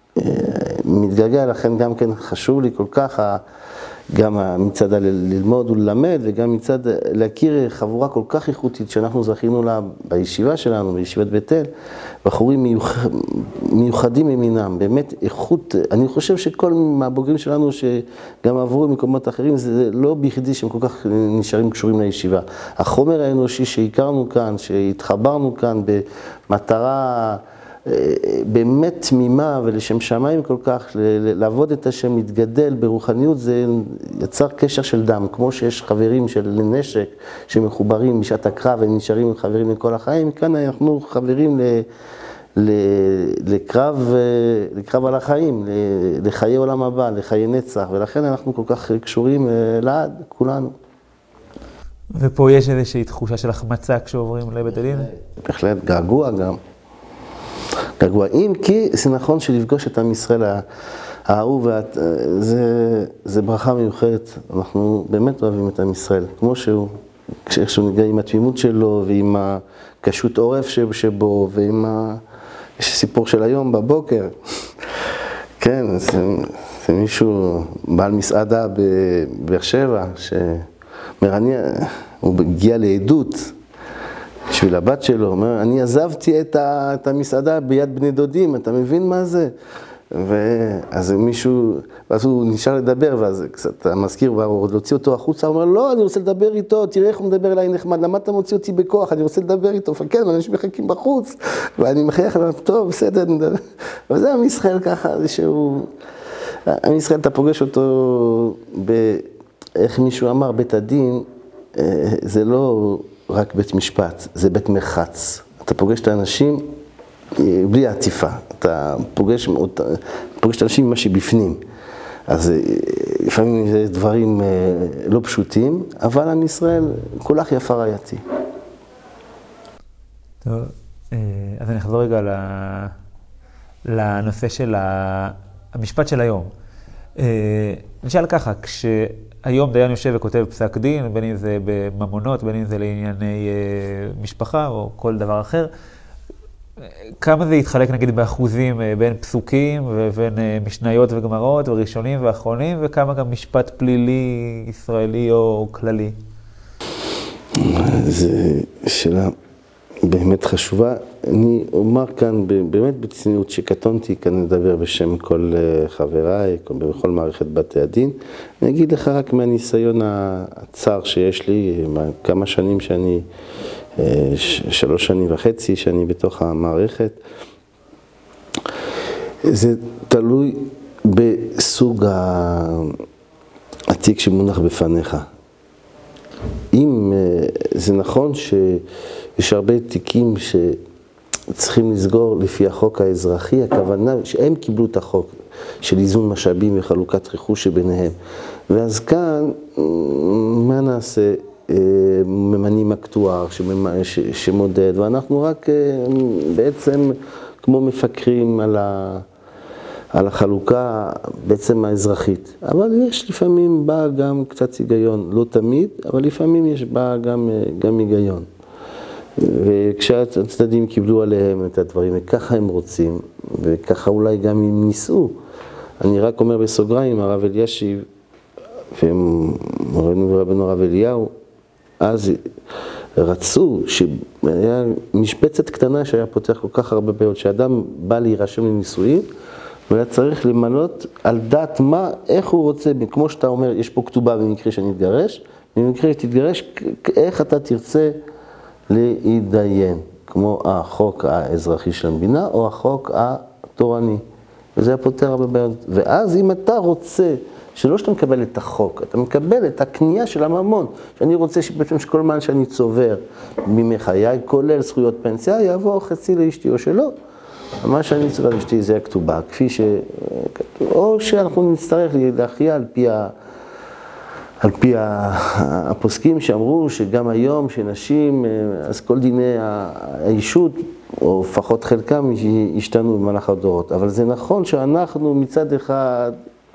מתגעגע, לכן גם כן חשוב לי כל כך, גם מצד ללמוד וללמד, וגם מצד להכיר חבורה כל כך איכותית שאנחנו זכינו לה בישיבה שלנו, בישיבת בית אל, בחורים מיוח... מיוחדים ממינם, באמת איכות. אני חושב שכל מהבוגרים שלנו שגם עברו ממקומות אחרים, זה לא בכדי שהם כל כך נשארים קשורים לישיבה. החומר האנושי שהכרנו כאן, שהתחברנו כאן במטרה באמת תמימה ולשם שמיים כל כך, לעבוד את השם, להתגדל ברוחניות, זה יצר קשר של דם, כמו שיש חברים של נשק שמחוברים בשעת הקרב ונשארים חברים לכל החיים, כאן אנחנו חברים ל, ל, לקרב, לקרב על החיים, לחיי עולם הבא, לחיי נצח, ולכן אנחנו כל כך קשורים לעד, כולנו. ופה יש איזושהי תחושה של החמצה כשעוברים לבית הדין? בהחלט, געגוע גם. געגוע, אם כי זה נכון שלפגוש את עם ישראל האהוב, זה, זה ברכה מיוחדת. אנחנו באמת אוהבים את עם ישראל, כמו שהוא, כשאיכשהו נגע עם התמימות שלו, ועם הקשות עורף שבו, ועם ה... יש סיפור של היום בבוקר. כן, זה, זה מישהו, בעל מסעדה בבאר שבע, שמרניע, הוא הגיע לעדות, בשביל הבת שלו, אומר, אני עזבתי את, ה, את המסעדה ביד בני דודים, אתה מבין מה זה? ואז מישהו, ואז הוא נשאר לדבר, ואז קצת המזכיר עוד להוציא אותו החוצה, הוא אומר, לא, אני רוצה לדבר איתו, תראה איך הוא מדבר אליי נחמד, למה אתה מוציא אותי בכוח, אני רוצה לדבר איתו, כן, אנשים מחכים בחוץ, ואני מחייך, ואני אומר, טוב, בסדר, נדבר. וזה עם ישראל ככה, זה שהוא, עם ישראל אתה פוגש אותו, ב, איך מישהו אמר, בית הדין, זה לא רק בית משפט, זה בית מרחץ. אתה פוגש את האנשים בלי העטיפה, אתה פוגש, פוגש את האנשים ממה שבפנים. אז לפעמים זה דברים לא פשוטים, אבל עם ישראל כולך יפה רעייתי. טוב, אז אני אחזור רגע לנושא של המשפט של היום. נשאל ככה, כשהיום דיין יושב וכותב פסק דין, בין אם זה בממונות, בין אם זה לענייני משפחה או כל דבר אחר, כמה זה יתחלק נגיד באחוזים בין פסוקים ובין משניות וגמרות וראשונים ואחרונים, וכמה גם משפט פלילי ישראלי או כללי? זו שאלה באמת חשובה. אני אומר כאן באמת בצניעות שקטונתי, כאן נדבר בשם כל חבריי, בכל מערכת בתי הדין. אני אגיד לך רק מהניסיון הצר שיש לי, כמה שנים שאני, שלוש שנים וחצי שאני בתוך המערכת. זה תלוי בסוג התיק שמונח בפניך. אם זה נכון שיש הרבה תיקים שצריכים לסגור לפי החוק האזרחי, הכוונה שהם קיבלו את החוק של איזון משאבים וחלוקת רכוש שביניהם. ואז כאן, מה נעשה? ממנים אקטואר שמודד, ואנחנו רק בעצם כמו מפקרים על, ה, על החלוקה בעצם האזרחית. אבל יש לפעמים בה גם קצת היגיון, לא תמיד, אבל לפעמים יש בה גם, גם היגיון. וכשהצדדים קיבלו עליהם את הדברים, וככה הם רוצים, וככה אולי גם הם ניסו. אני רק אומר בסוגריים, הרב אלישיב, ומורנו ורבנו הרב אליהו, אז רצו שהיה משבצת קטנה שהיה פותח כל כך הרבה בעיות, שאדם בא להירשם לנישואים, והיה צריך למנות על דעת מה, איך הוא רוצה, כמו שאתה אומר, יש פה כתובה במקרה שנתגרש, במקרה שתתגרש, איך אתה תרצה להתדיין, כמו החוק האזרחי של המדינה או החוק התורני. וזה היה פותר הרבה בעיות. ואז אם אתה רוצה, שלא שאתה מקבל את החוק, אתה מקבל את הקנייה של הממון, שאני רוצה שבעצם שכל מן שאני צובר בימי חיי, כולל זכויות פנסיה, יבוא חצי לאשתי או שלא. מה שאני צובר לאשתי זה הכתובה, כפי ש... או שאנחנו נצטרך להכריע על פי ה... על פי הפוסקים שאמרו שגם היום שנשים, אז כל דיני האישות, או לפחות חלקם, השתנו במהלך הדורות. אבל זה נכון שאנחנו מצד אחד,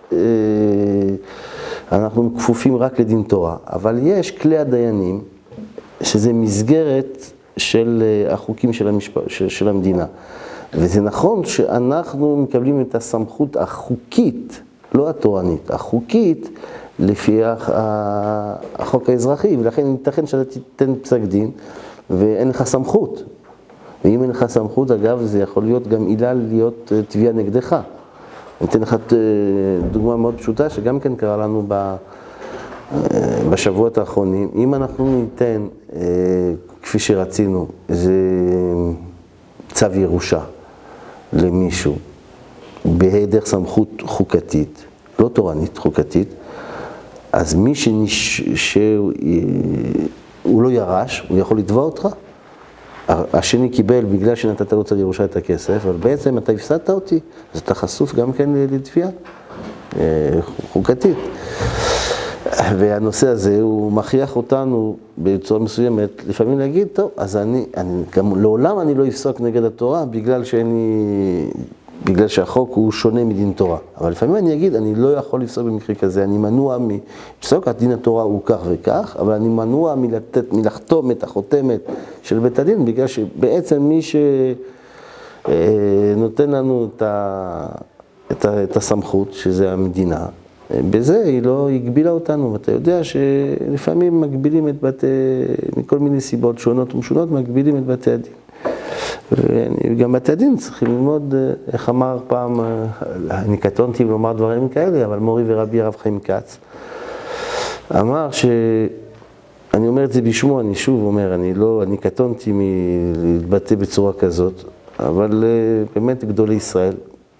אנחנו כפופים רק לדין תורה, אבל יש כלי הדיינים, שזה מסגרת של החוקים של, המשפ... של המדינה. וזה נכון שאנחנו מקבלים את הסמכות החוקית, לא התורנית, החוקית, לפי החוק האזרחי, ולכן ייתכן שאתה תיתן פסק דין ואין לך סמכות. ואם אין לך סמכות, אגב, זה יכול להיות גם עילה להיות תביעה נגדך. אני אתן לך דוגמה מאוד פשוטה, שגם כן קרה לנו בשבועות האחרונים. אם אנחנו ניתן, כפי שרצינו, איזה צו ירושה למישהו, בהיעדר סמכות חוקתית, לא תורנית, חוקתית, אז מי שנש... שהוא לא ירש, הוא יכול לתבוע אותך. השני קיבל בגלל שנתת לו צו ירושה את הכסף, אבל בעצם אתה הפסדת אותי, אז אתה חשוף גם כן לתביעה חוקתית. והנושא הזה הוא מכריח אותנו בצורה מסוימת, לפעמים להגיד, טוב, אז אני, אני גם לעולם אני לא אפסוק נגד התורה, בגלל שאני... בגלל שהחוק הוא שונה מדין תורה. אבל לפעמים אני אגיד, אני לא יכול לפסוק במקרה כזה, אני מנוע מפסוק, דין התורה הוא כך וכך, אבל אני מנוע מלתת, מלחתום את החותמת של בית הדין, בגלל שבעצם מי שנותן לנו את, ה, את, ה, את הסמכות, שזה המדינה, בזה היא לא הגבילה אותנו, ואתה יודע שלפעמים מגבילים את בתי, מכל מיני סיבות שונות ומשונות, מגבילים את בתי הדין. וגם בתי הדין צריכים ללמוד, איך אמר פעם, אני קטונתי לומר דברים כאלה, אבל מורי ורבי הרב חיים כץ, אמר ש... אני אומר את זה בשמו, אני שוב אומר, אני לא, אני קטונתי מלהתבטא בצורה כזאת, אבל באמת גדולי ישראל,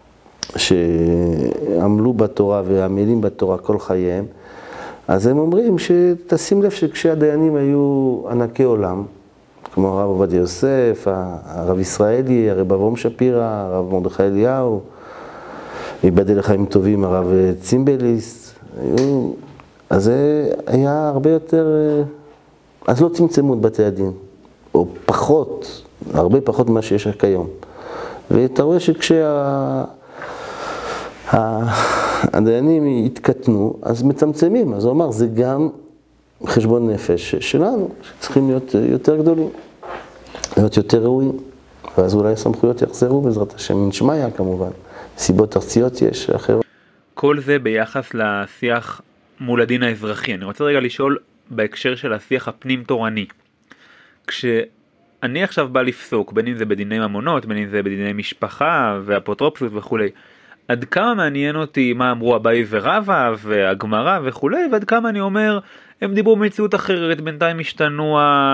שעמלו בתורה ועמלים בתורה כל חייהם, אז הם אומרים שתשים לב שכשהדיינים היו ענקי עולם, כמו הרב עובדיה יוסף, הרב ישראלי, הרב אברהם שפירא, הרב מרדכי אליהו, ייבדל לחיים טובים, הרב צימבליסט, אז זה היה הרבה יותר, אז לא צמצמו את בתי הדין, או פחות, הרבה פחות ממה שיש כיום. ואתה רואה שכשהדיינים התקטנו, אז מצמצמים, אז הוא אמר, זה גם חשבון נפש שלנו, שצריכים להיות יותר גדולים, להיות יותר ראויים, ואז אולי הסמכויות יחזרו בעזרת השם, מן שמיא כמובן, סיבות ארציות יש אחרות. כל זה ביחס לשיח מול הדין האזרחי. אני רוצה רגע לשאול בהקשר של השיח הפנים תורני. כשאני עכשיו בא לפסוק, בין אם זה בדיני ממונות, בין אם זה בדיני משפחה ואפוטרופסות וכולי, עד כמה מעניין אותי מה אמרו אביי ורבא והגמרא וכולי, ועד כמה אני אומר, הם דיברו במציאות אחרת, בינתיים השתנו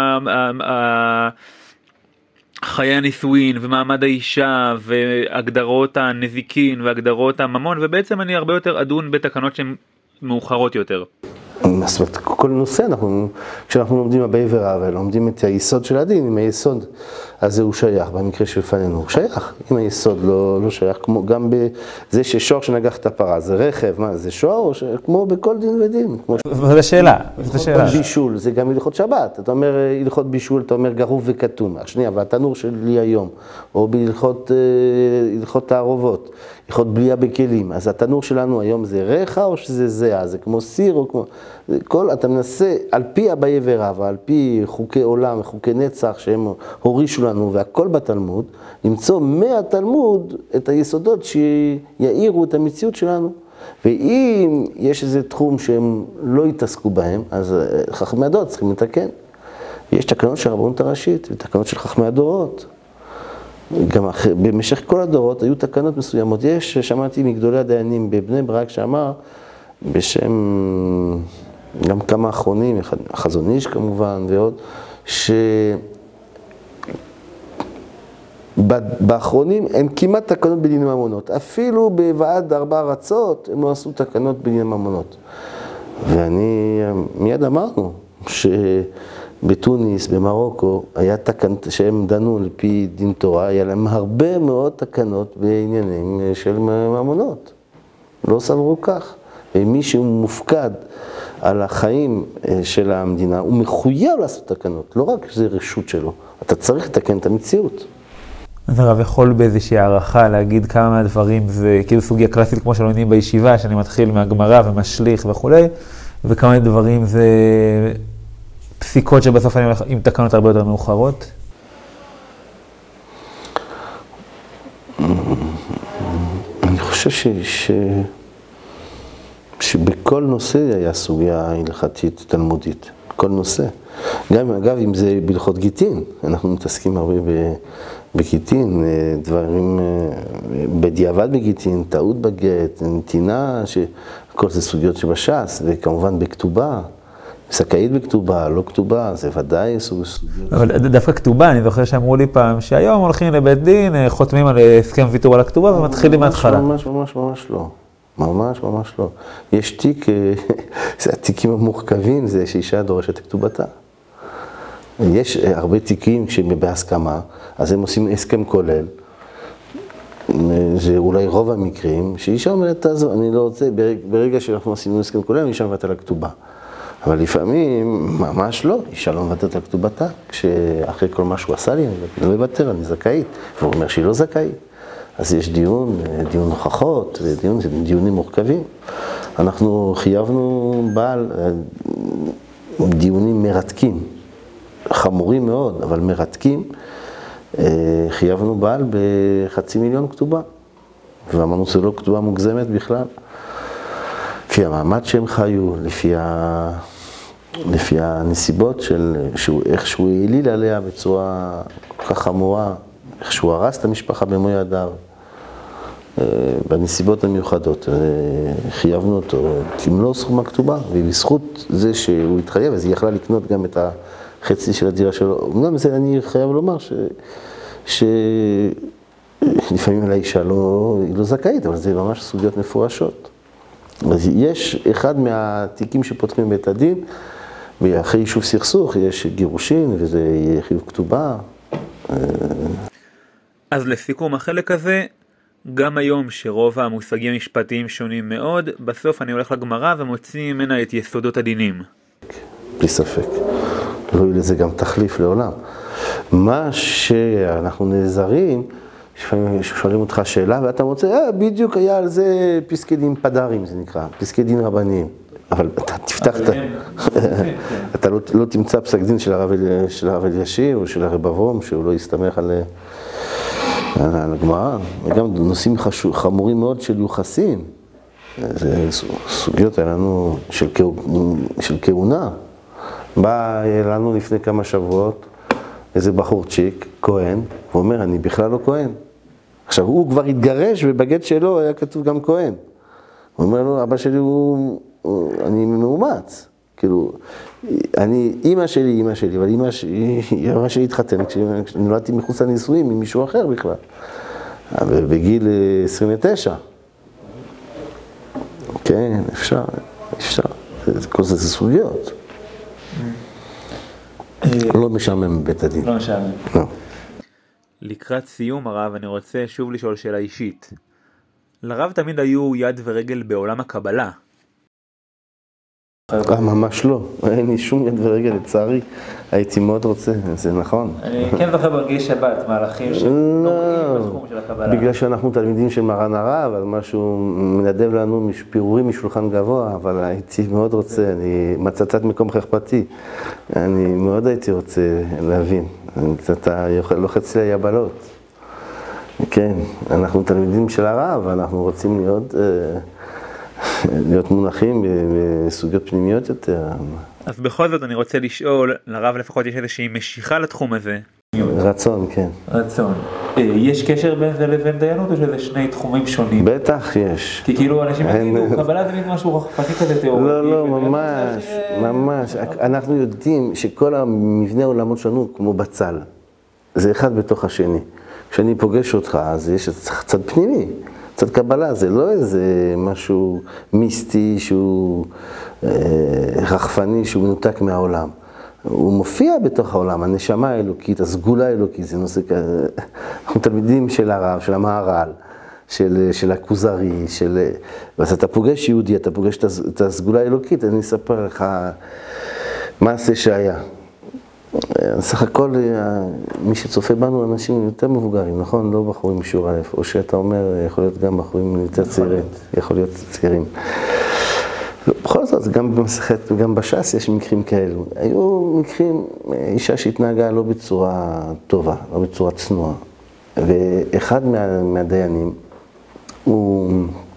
חיי הנישואין ומעמד האישה והגדרות הנזיקין והגדרות הממון, ובעצם אני הרבה יותר אדון בתקנות שהן מאוחרות יותר. זאת אומרת, כל נושא, אנחנו, כשאנחנו לומדים הבאי ורבא, לומדים את היסוד של הדין, עם היסוד הזה הוא שייך, במקרה שלפנינו הוא שייך, אם היסוד לא, לא שייך, כמו גם בזה ששור שנגח את הפרה, זה רכב, מה, זה שור, או ש... כמו בכל דין ודין. זו שאלה, זו שאלה. בישול, זה גם הלכות שבת, אתה אומר הלכות בישול, אתה אומר גרוף וכתום, שנייה, והתנור שלי היום, או בהלכות הלכות תערובות, הלכות בלייה בכלים, אז התנור שלנו היום זה רחה או שזה זהה, זה כמו סיר או כמו... כל, אתה מנסה, על פי הבאי ורבא, על פי חוקי עולם וחוקי נצח שהם הורישו לנו והכל בתלמוד, למצוא מהתלמוד את היסודות שיעירו את המציאות שלנו. ואם יש איזה תחום שהם לא יתעסקו בהם, אז חכמי הדורות צריכים לתקן. יש תקנות של הרבנות הראשית ותקנות של חכמי הדורות. גם במשך כל הדורות היו תקנות מסוימות. יש, שמעתי מגדולי הדיינים בבני ברק שאמר, בשם גם כמה אחרונים, החזון איש כמובן ועוד, שבאחרונים הם כמעט תקנות בדיני ממונות. אפילו בוועד ארבע ארצות הם לא עשו תקנות בדיני ממונות. ואני מיד אמרנו שבתוניס, במרוקו, היה תקנות שהם דנו לפי דין תורה, היה להם הרבה מאוד תקנות בעניינים של ממונות. לא סברו כך. ומי שהוא מופקד על החיים של המדינה, הוא מחויב לעשות תקנות, לא רק שזה רשות שלו, אתה צריך לתקן את המציאות. אז הרב יכול באיזושהי הערכה להגיד כמה מהדברים זה כאילו סוגיה קלאסית כמו שלומדים בישיבה, שאני מתחיל מהגמרא ומשליך וכו', וכמה דברים זה פסיקות שבסוף אני הולך עם תקנות הרבה יותר מאוחרות? אני חושב ש... ש... שבכל נושא היה סוגיה הלכתית תלמודית, כל נושא. גם אגב, אם זה בהלכות גיטין, אנחנו מתעסקים הרבה בגיטין, דברים בדיעבד בגיטין, טעות בגט, נתינה, כל זה סוגיות שבש"ס, וכמובן בכתובה, זכאית בכתובה, לא כתובה, זה ודאי סוגיות. אבל דווקא כתובה, אני זוכר שאמרו לי פעם, שהיום הולכים לבית דין, חותמים על הסכם ויתור על הכתובה ומתחילים מההתחלה. ממש ממש ממש לא. ממש, ממש לא. יש תיק, זה התיקים המורכבים, זה שאישה דורשת כתובתה. יש הרבה תיקים שבהסכמה, אז הם עושים הסכם כולל. זה אולי רוב המקרים, שאישה אומרת, תעזור, אני לא רוצה, ברגע שאנחנו עושים הסכם כולל, אני אישה מבטל לכתובה. אבל לפעמים, ממש לא, אישה לא מבטלת לכתובתה, כשאחרי כל מה שהוא עשה לי, אני לא מבטל, אני זכאית, והוא אומר שהיא לא זכאית. אז יש דיון, דיון הוכחות, דיון, דיונים מורכבים. אנחנו חייבנו בעל דיונים מרתקים, חמורים מאוד, אבל מרתקים. חייבנו בעל בחצי מיליון כתובה. ואמרנו שזה לא כתובה מוגזמת בכלל. לפי המעמד שהם חיו, לפי, ה... לפי הנסיבות של שהוא, איך שהוא העליל עליה בצורה כל כך חמורה, איך שהוא הרס את המשפחה במו ידיו, בנסיבות המיוחדות, חייבנו אותו, כמלוא סכום הכתובה, ובזכות זה שהוא התחייב, אז היא יכלה לקנות גם את החצי של הדירה שלו. אמנם זה אני חייב לומר ש... שלפעמים על האישה לא, היא לא זכאית, אבל זה ממש סוגיות מפורשות. אז יש אחד מהתיקים שפותחים בית הדין, ואחרי יישוב סכסוך יש גירושין, וזה יהיה חיוב כתובה. אז לסיכום החלק הזה, גם היום שרוב המושגים המשפטיים שונים מאוד, בסוף אני הולך לגמרא ומוציא ממנה את יסודות הדינים. בלי ספק. לא יהיה לזה גם תחליף לעולם. מה שאנחנו נעזרים, שואלים אותך שאלה ואתה מוצא, אה, בדיוק היה על זה פסקי דין פדרים, זה נקרא, פסקי דין רבניים. אבל אתה תפתח, אתה לא, לא תמצא פסק דין של הרב, של הרב אלישיב או של הרב אברום, שהוא לא יסתמך על, על הגמרא. וגם נושאים חשוב, חמורים מאוד של יוחסין. זה סוגיות לנו של, של כהונה. בא לנו לפני כמה שבועות איזה בחורצ'יק, כהן, ואומר, אני בכלל לא כהן. עכשיו, הוא כבר התגרש ובגט שלו היה כתוב גם כהן. הוא אומר לו, אבא שלי הוא, הוא אני מאומץ. כאילו, אני, אמא שלי, אמא שלי, אבל אמא שלי, אמא שלי התחתן, כשאני נולדתי מחוץ לנישואים עם מישהו אחר בכלל. בגיל עשרים ותשע. כן, אפשר, אפשר. זה, כל זה זה סוגיות. לא משעמם בית הדין. לא משעמם. לא. לקראת סיום הרב, אני רוצה שוב לשאול שאלה אישית. לרב תמיד היו יד ורגל בעולם הקבלה. אה, ממש לא. אין לי שום יד ורגל, לצערי. הייתי מאוד רוצה, זה נכון. אני כן זוכר ברגעי שבת, מהלכים שנוגעים בתחום של הקבלה. בגלל שאנחנו תלמידים של מרן הרב, אז משהו מנדב לנו פירורים משולחן גבוה, אבל הייתי מאוד רוצה, אני מצאת מקום חכפתי. אני מאוד הייתי רוצה להבין. אתה לוחץ לי היבלות. כן, אנחנו תלמידים של הרב, אנחנו רוצים להיות... להיות מונחים בסוגיות פנימיות יותר. אז בכל זאת אני רוצה לשאול, לרב לפחות יש איזושהי משיכה לתחום הזה. רצון, כן. רצון. יש קשר בין זה לבין דיינות או שזה שני תחומים שונים? בטח יש. כי כאילו אנשים יגידו, קבלה זה מין משהו רחפני כזה תיאורטי. לא, לא, ממש, ממש. אנחנו יודעים שכל המבנה העולמות שלנו כמו בצל. זה אחד בתוך השני. כשאני פוגש אותך, אז יש צד פנימי. צד קבלה זה לא איזה משהו מיסטי שהוא אה, רחפני, שהוא מנותק מהעולם. הוא מופיע בתוך העולם, הנשמה האלוקית, הסגולה האלוקית, זה נושא כזה. אנחנו תלמידים של הרב, של המהר"ל, של, של הכוזרי, של... ואז אתה פוגש יהודי, אתה פוגש את הסגולה האלוקית, אני אספר לך מעשה שהיה. סך הכל, מי שצופה בנו אנשים יותר מבוגרים, נכון? לא בחורים משיעור א', או שאתה אומר, יכול להיות גם בחורים יותר צעירים, יכול להיות צעירים. בכל זאת, גם במסכת וגם בש"ס יש מקרים כאלו. היו מקרים, אישה שהתנהגה לא בצורה טובה, לא בצורה צנועה. ואחד מה, מהדיינים, הוא,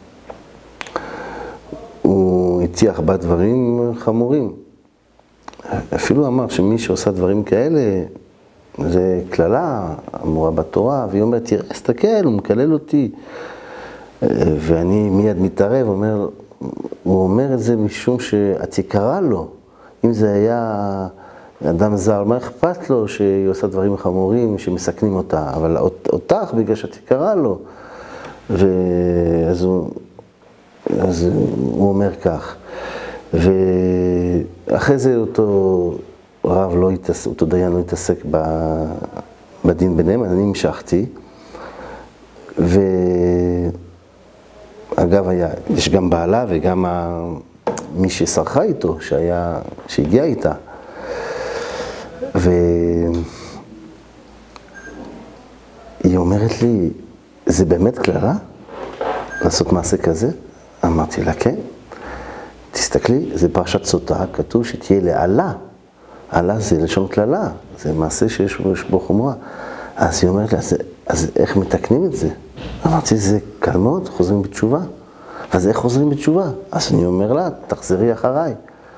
הוא הטיח בה דברים חמורים. אפילו אמר שמי שעושה דברים כאלה, זה כללה, אמורה בתורה, והיא אומרת, תראה, תסתכל, הוא מקלל אותי. ואני מיד מתערב, אומר, הוא אומר את זה משום שאת יקרה לו. אם זה היה אדם זר, מה אכפת לו שהיא עושה דברים חמורים, שמסכנים אותה, אבל אותך בגלל שאת יקרה לו. ואז הוא, אז הוא אומר כך. ואחרי זה אותו רב לא התעסק, אותו דיין לא התעסק בדין ביניהם, אני המשכתי. ואגב, היה, יש גם בעלה וגם מי ששרחה איתו, שהיה, שהגיע איתה. והיא אומרת לי, זה באמת קלרה? לעשות מעשה כזה? אמרתי לה, כן. תסתכלי, זה פרשת סוטה, כתוב שתהיה לעלה. עלה זה לשון כללה, זה מעשה שיש בו חומרה. אז היא אומרת לה, אז, אז איך מתקנים את זה? אמרתי, זה קל מאוד, חוזרים בתשובה. אז איך חוזרים בתשובה? אז אני אומר לה, תחזרי אחריי.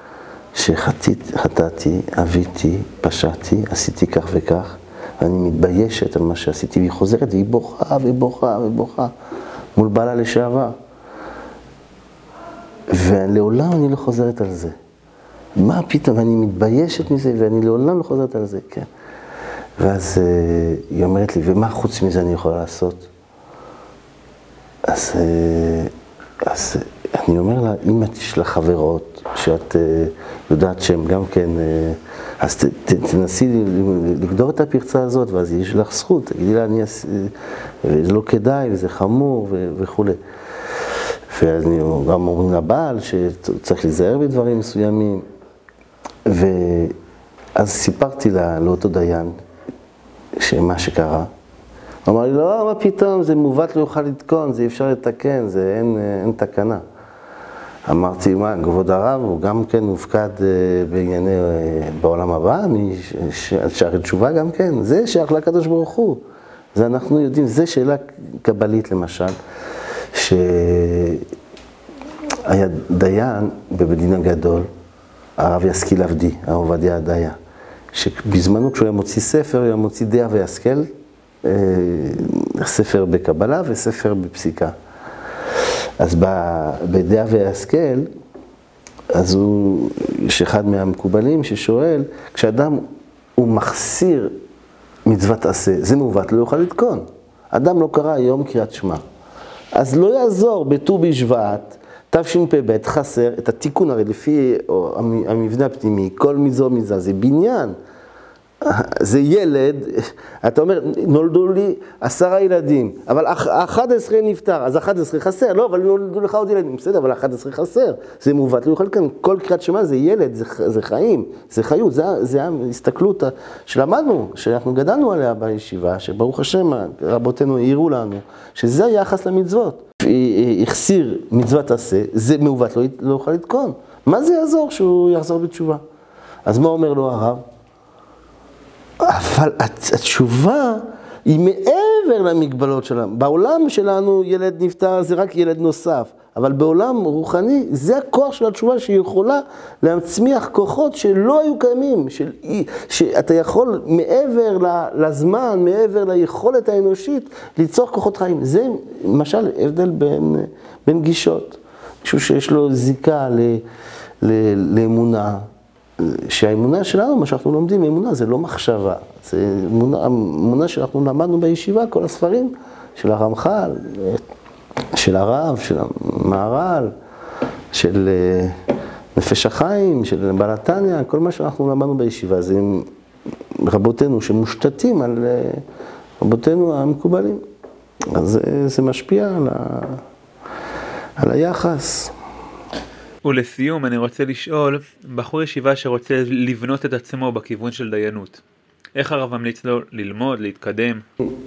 שחטאתי, אביתי, פשעתי, עשיתי כך וכך, ואני מתביישת על מה שעשיתי, והיא חוזרת, והיא בוכה ובוכה ובוכה, מול בעלה לשעבר. ולעולם אני לא חוזרת על זה. מה פתאום? אני מתביישת מזה, ואני לעולם לא חוזרת על זה, כן. ואז uh, היא אומרת לי, ומה חוץ מזה אני יכולה לעשות? אז, uh, אז uh, אני אומר לה, אם את יש לה חברות, שאת uh, יודעת שהן גם כן, uh, אז ת, ת, תנסי לגדור את הפרצה הזאת, ואז יש לך זכות, תגידי לה, אני, uh, זה לא כדאי, וזה חמור, ו, וכו'. ואז אני גם אומרים לבעל שצריך להיזהר בדברים מסוימים. ואז סיפרתי לה, לאותו דיין, שמה שקרה. הוא אמר לי, לא, מה פתאום, זה מעוות לא יוכל לתקון, זה אפשר לתקן, זה אין, אין תקנה. אמרתי, מה, כבוד הרב, הוא גם כן מופקד בענייני, בעולם הבא, שערי תשובה גם כן, זה שייך לקדוש ברוך הוא. זה אנחנו יודעים, זה שאלה קבלית למשל. שהיה דיין בבית דין הגדול, הרב ישכיל עבדי, הרב עובדיה הדיין, שבזמנו כשהוא היה מוציא ספר, הוא היה מוציא דעה וישכיל, ספר בקבלה וספר בפסיקה. אז בדעה וישכיל, אז הוא, יש אחד מהמקובלים ששואל, כשאדם הוא מחסיר מצוות עשה, זה מעוות, לא יוכל לתקון. אדם לא קרא יום קריאת שמע. אז לא יעזור בט"ו בשבט, תמיד תשפ"ב חסר את התיקון, הרי לפי המבנה הפנימי, כל מזו מזה זה בניין. זה ילד, אתה אומר, נולדו לי עשרה ילדים, אבל אחד עשר נפטר, אז אחד עשר חסר, לא, אבל נולדו לך עוד ילדים, בסדר, אבל אחד עשר חסר, זה מעוות, לא יוכל כאן, כל קריאת שמע זה ילד, זה, זה חיים, זה חיות, זה, זה ההסתכלות שלמדנו, שאנחנו גדלנו עליה בישיבה, שברוך השם, רבותינו העירו לנו, שזה היחס למצוות. החסיר מצוות עשה, זה מעוות, לא, לא יוכל לתקון. מה זה יעזור שהוא יחזור בתשובה? אז מה אומר לו הרב? אבל התשובה היא מעבר למגבלות שלנו. בעולם שלנו ילד נפטר זה רק ילד נוסף, אבל בעולם רוחני זה הכוח של התשובה שיכולה להצמיח כוחות שלא היו קיימים, של, שאתה יכול מעבר לזמן, מעבר ליכולת האנושית ליצור כוחות חיים. זה למשל הבדל בין, בין גישות. משהו שיש לו זיקה ל, ל, לאמונה. שהאמונה שלנו, מה שאנחנו לומדים, האמונה זה לא מחשבה, זה אמונה, אמונה שאנחנו למדנו בישיבה, כל הספרים של הרמח"ל, של הרב, של המהר"ל, של נפש החיים, של בעל התניא, כל מה שאנחנו למדנו בישיבה, זה רבותינו שמושתתים על רבותינו המקובלים. אז זה, זה משפיע על, ה, על היחס. ולסיום אני רוצה לשאול, בחור ישיבה שרוצה לבנות את עצמו בכיוון של דיינות, איך הרב ממליץ לו ללמוד, להתקדם?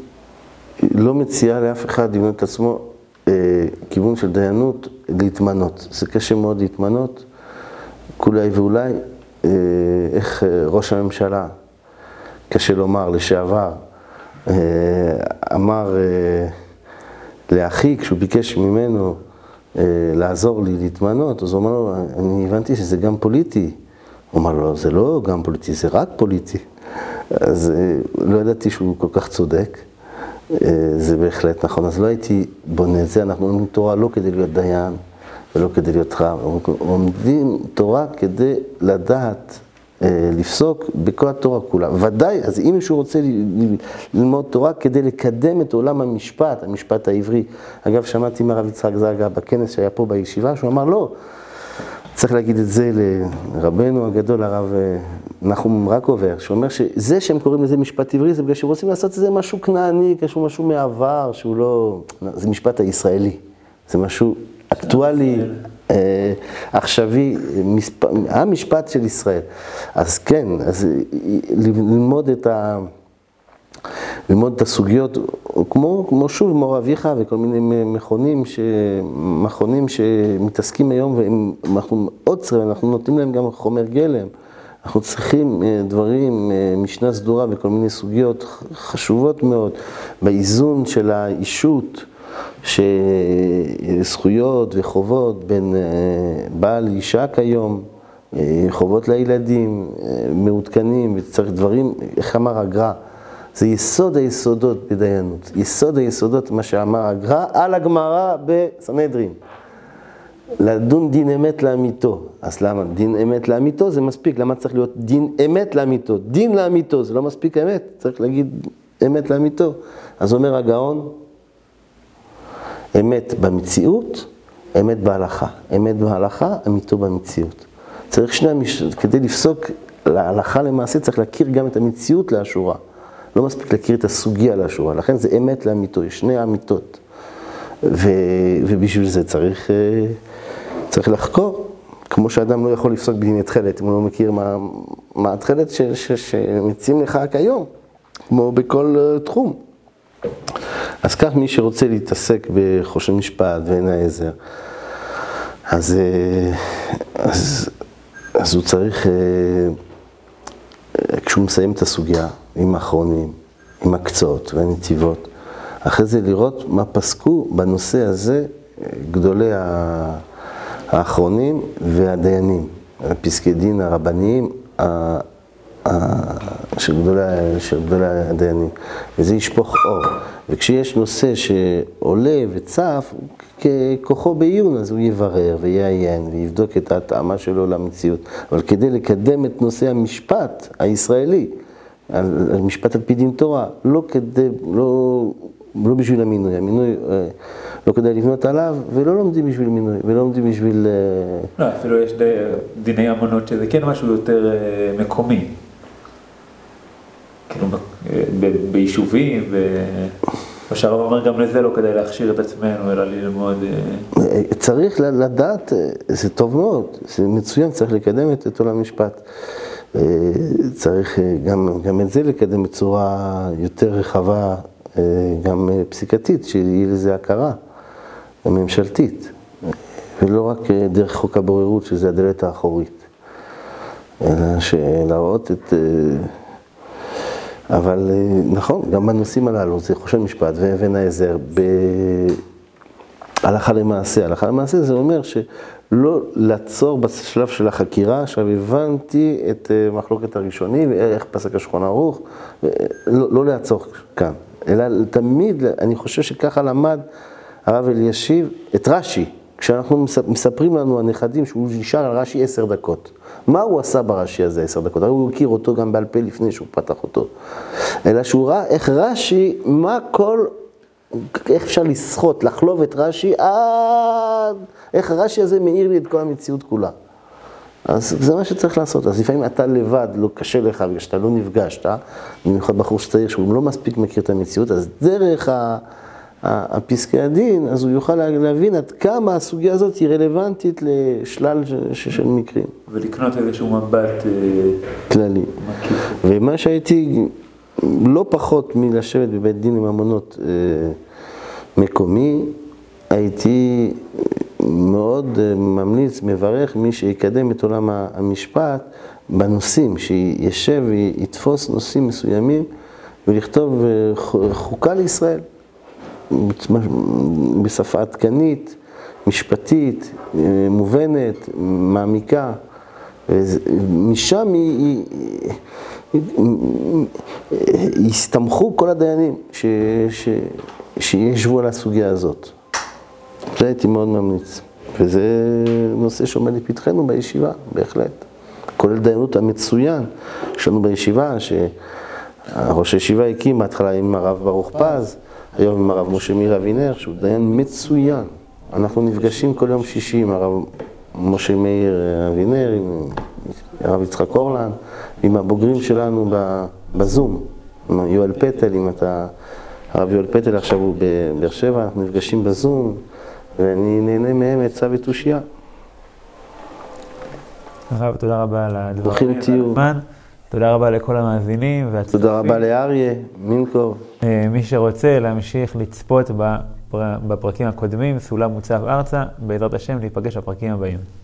לא מציעה לאף אחד לבנות את עצמו אה, כיוון של דיינות, להתמנות. זה קשה מאוד להתמנות, כולי ואולי, אה, איך אה, ראש הממשלה, קשה לומר, לשעבר, אה, אמר אה, לאחי כשהוא ביקש ממנו, לעזור לי להתמנות, אז הוא אמר לו, אני הבנתי שזה גם פוליטי. הוא אמר לו, זה לא גם פוליטי, זה רק פוליטי. אז לא ידעתי שהוא כל כך צודק, זה בהחלט נכון. אז לא הייתי בונה את זה, אנחנו לומדים תורה לא כדי להיות דיין ולא כדי להיות רב, לומדים תורה כדי לדעת, לפסוק בכל התורה כולה. ודאי, אז אם מישהו רוצה ללמוד תורה כדי לקדם את עולם המשפט, המשפט העברי. אגב, שמעתי מהרב יצחק זגה בכנס שהיה פה בישיבה, שהוא אמר, לא, צריך להגיד את זה לרבנו הגדול, הרב נחום רקובר, שהוא אומר שזה שהם קוראים לזה משפט עברי, זה בגלל שהם רוצים לעשות את זה משהו כנעני, כשהוא משהו מעבר, שהוא לא, זה משפט הישראלי, זה משהו אקטואלי, עכשווי, המשפט של ישראל. אז כן, אז ללמוד את ה... ללמוד את הסוגיות, כמו, כמו שוב מור אביך וכל מיני מכונים, ש... מכונים שמתעסקים היום, ואנחנו עוד צריכים, אנחנו נותנים להם גם חומר גלם. אנחנו צריכים דברים, משנה סדורה וכל מיני סוגיות חשובות מאוד, באיזון של האישות, שזכויות וחובות בין בעל אישה כיום, חובות לילדים, מעודכנים, וצריך דברים, איך אמר הגר"א, זה יסוד היסודות בדיינות, יסוד היסודות, מה שאמר הגר"א על הגמרא בסנהדרין. לדון דין אמת לאמיתו. אז למה? דין אמת לאמיתו זה מספיק, למה צריך להיות דין אמת לאמיתו? דין לאמיתו זה לא מספיק אמת, צריך להגיד אמת לאמיתו. אז אומר הגאון, אמת במציאות, אמת בהלכה. אמת בהלכה, אמיתו במציאות. צריך שני המשפטים, כדי לפסוק להלכה למעשה, צריך להכיר גם את המציאות לאשורה. לא מספיק להכיר את הסוגיה לאשורה, לכן זה אמת לאמיתו, יש שני אמיתות. ו... ובשביל זה צריך, צריך לחקור, כמו שאדם לא יכול לפסוק בדין התחלת, אם הוא לא מכיר מה, מה התחלת ש... ש... שמציעים לך כיום, כמו בכל תחום. אז כך מי שרוצה להתעסק בחושן משפט ועין העזר, אז, אז, אז הוא צריך, כשהוא מסיים את הסוגיה, עם האחרונים, עם הקצות והנתיבות, אחרי זה לראות מה פסקו בנושא הזה גדולי האחרונים והדיינים, הפסקי דין הרבניים של גדולי, של גדולי הדיינים, וזה ישפוך אור. וכשיש נושא שעולה וצף, ככוחו בעיון, אז הוא יברר ויעיין ויבדוק את ההתאמה שלו למציאות. אבל כדי לקדם את נושא המשפט הישראלי, על משפט על פי דין תורה, לא כדי, לא, לא בשביל המינוי, המינוי לא כדאי לבנות עליו, ולא לומדים בשביל מינוי, ולא לומדים בשביל... לא, אפילו יש דיני אמונות שזה כן משהו יותר מקומי. כאילו ביישובים, מה שהרב אומר גם לזה לא כדאי להכשיר את עצמנו, אלא ללמוד... צריך לדעת, זה טוב מאוד, זה מצוין, צריך לקדם את עולם המשפט. צריך גם, גם את זה לקדם בצורה יותר רחבה, גם פסיקתית, שיהיה לזה הכרה, ממשלתית, ולא רק דרך חוק הבוררות, שזה הדלת האחורית, אלא שלהראות את... אבל נכון, גם בנושאים הללו, זה חושן משפט ואבן העזר, בהלכה למעשה. הלכה למעשה זה אומר שלא לעצור בשלב של החקירה, עכשיו הבנתי את מחלוקת הראשונים, איך פסק השולחן ערוך, לא, לא לעצור כאן, אלא תמיד, אני חושב שככה למד הרב אלישיב את רש"י, כשאנחנו מספרים לנו הנכדים שהוא נשאל על רש"י עשר דקות. מה הוא עשה ברש"י הזה עשר דקות? הרי הוא הכיר אותו גם בעל פה לפני שהוא פתח אותו. אלא שהוא ראה איך רש"י, מה כל, איך אפשר לסחוט, לחלוב את רש"י, עד איך הרש"י הזה מאיר לי את כל המציאות כולה. אז זה מה שצריך לעשות. אז לפעמים אתה לבד, לא קשה לך, בגלל שאתה לא נפגשת, במיוחד בחור שצעיר שהוא לא מספיק מכיר את המציאות, אז דרך ה... הפסקי הדין, אז הוא יוכל להבין עד כמה הסוגיה הזאת היא רלוונטית לשלל של מקרים. ולקנות איזשהו מבט כללי. ומה שהייתי לא פחות מלשבת בבית דין עם אמונות מקומי, הייתי מאוד ממליץ, מברך מי שיקדם את עולם המשפט בנושאים, שישב ויתפוס נושאים מסוימים ולכתוב חוקה לישראל. בשפה עדכנית, משפטית, מובנת, מעמיקה. משם הסתמכו כל הדיינים שישבו על הסוגיה הזאת. זה הייתי מאוד ממליץ. וזה נושא שעומד לפתחנו בישיבה, בהחלט. כולל דיינות המצוין שלנו בישיבה, שהראש הישיבה הקים בהתחלה עם הרב ברוך פז, היום עם הרב משה מאיר אבינר, שהוא דיין מצוין. אנחנו נפגשים כל יום שישי עם הרב משה מאיר אבינר, עם הרב יצחק אורלן, עם הבוגרים שלנו בזום, עם יואל פטל, עם אתה, הרב יואל פטל עכשיו הוא בבאר שבע, אנחנו נפגשים בזום, ואני נהנה מהם עצה ותושייה. הרב, תודה רבה על הדברים. ברוכים תהיו. תודה רבה לכל המאזינים והצופים. תודה רבה לאריה, מינקוב. מי שרוצה להמשיך לצפות בפרקים הקודמים, סולם מוצב ארצה, בעזרת השם להיפגש בפרקים הבאים.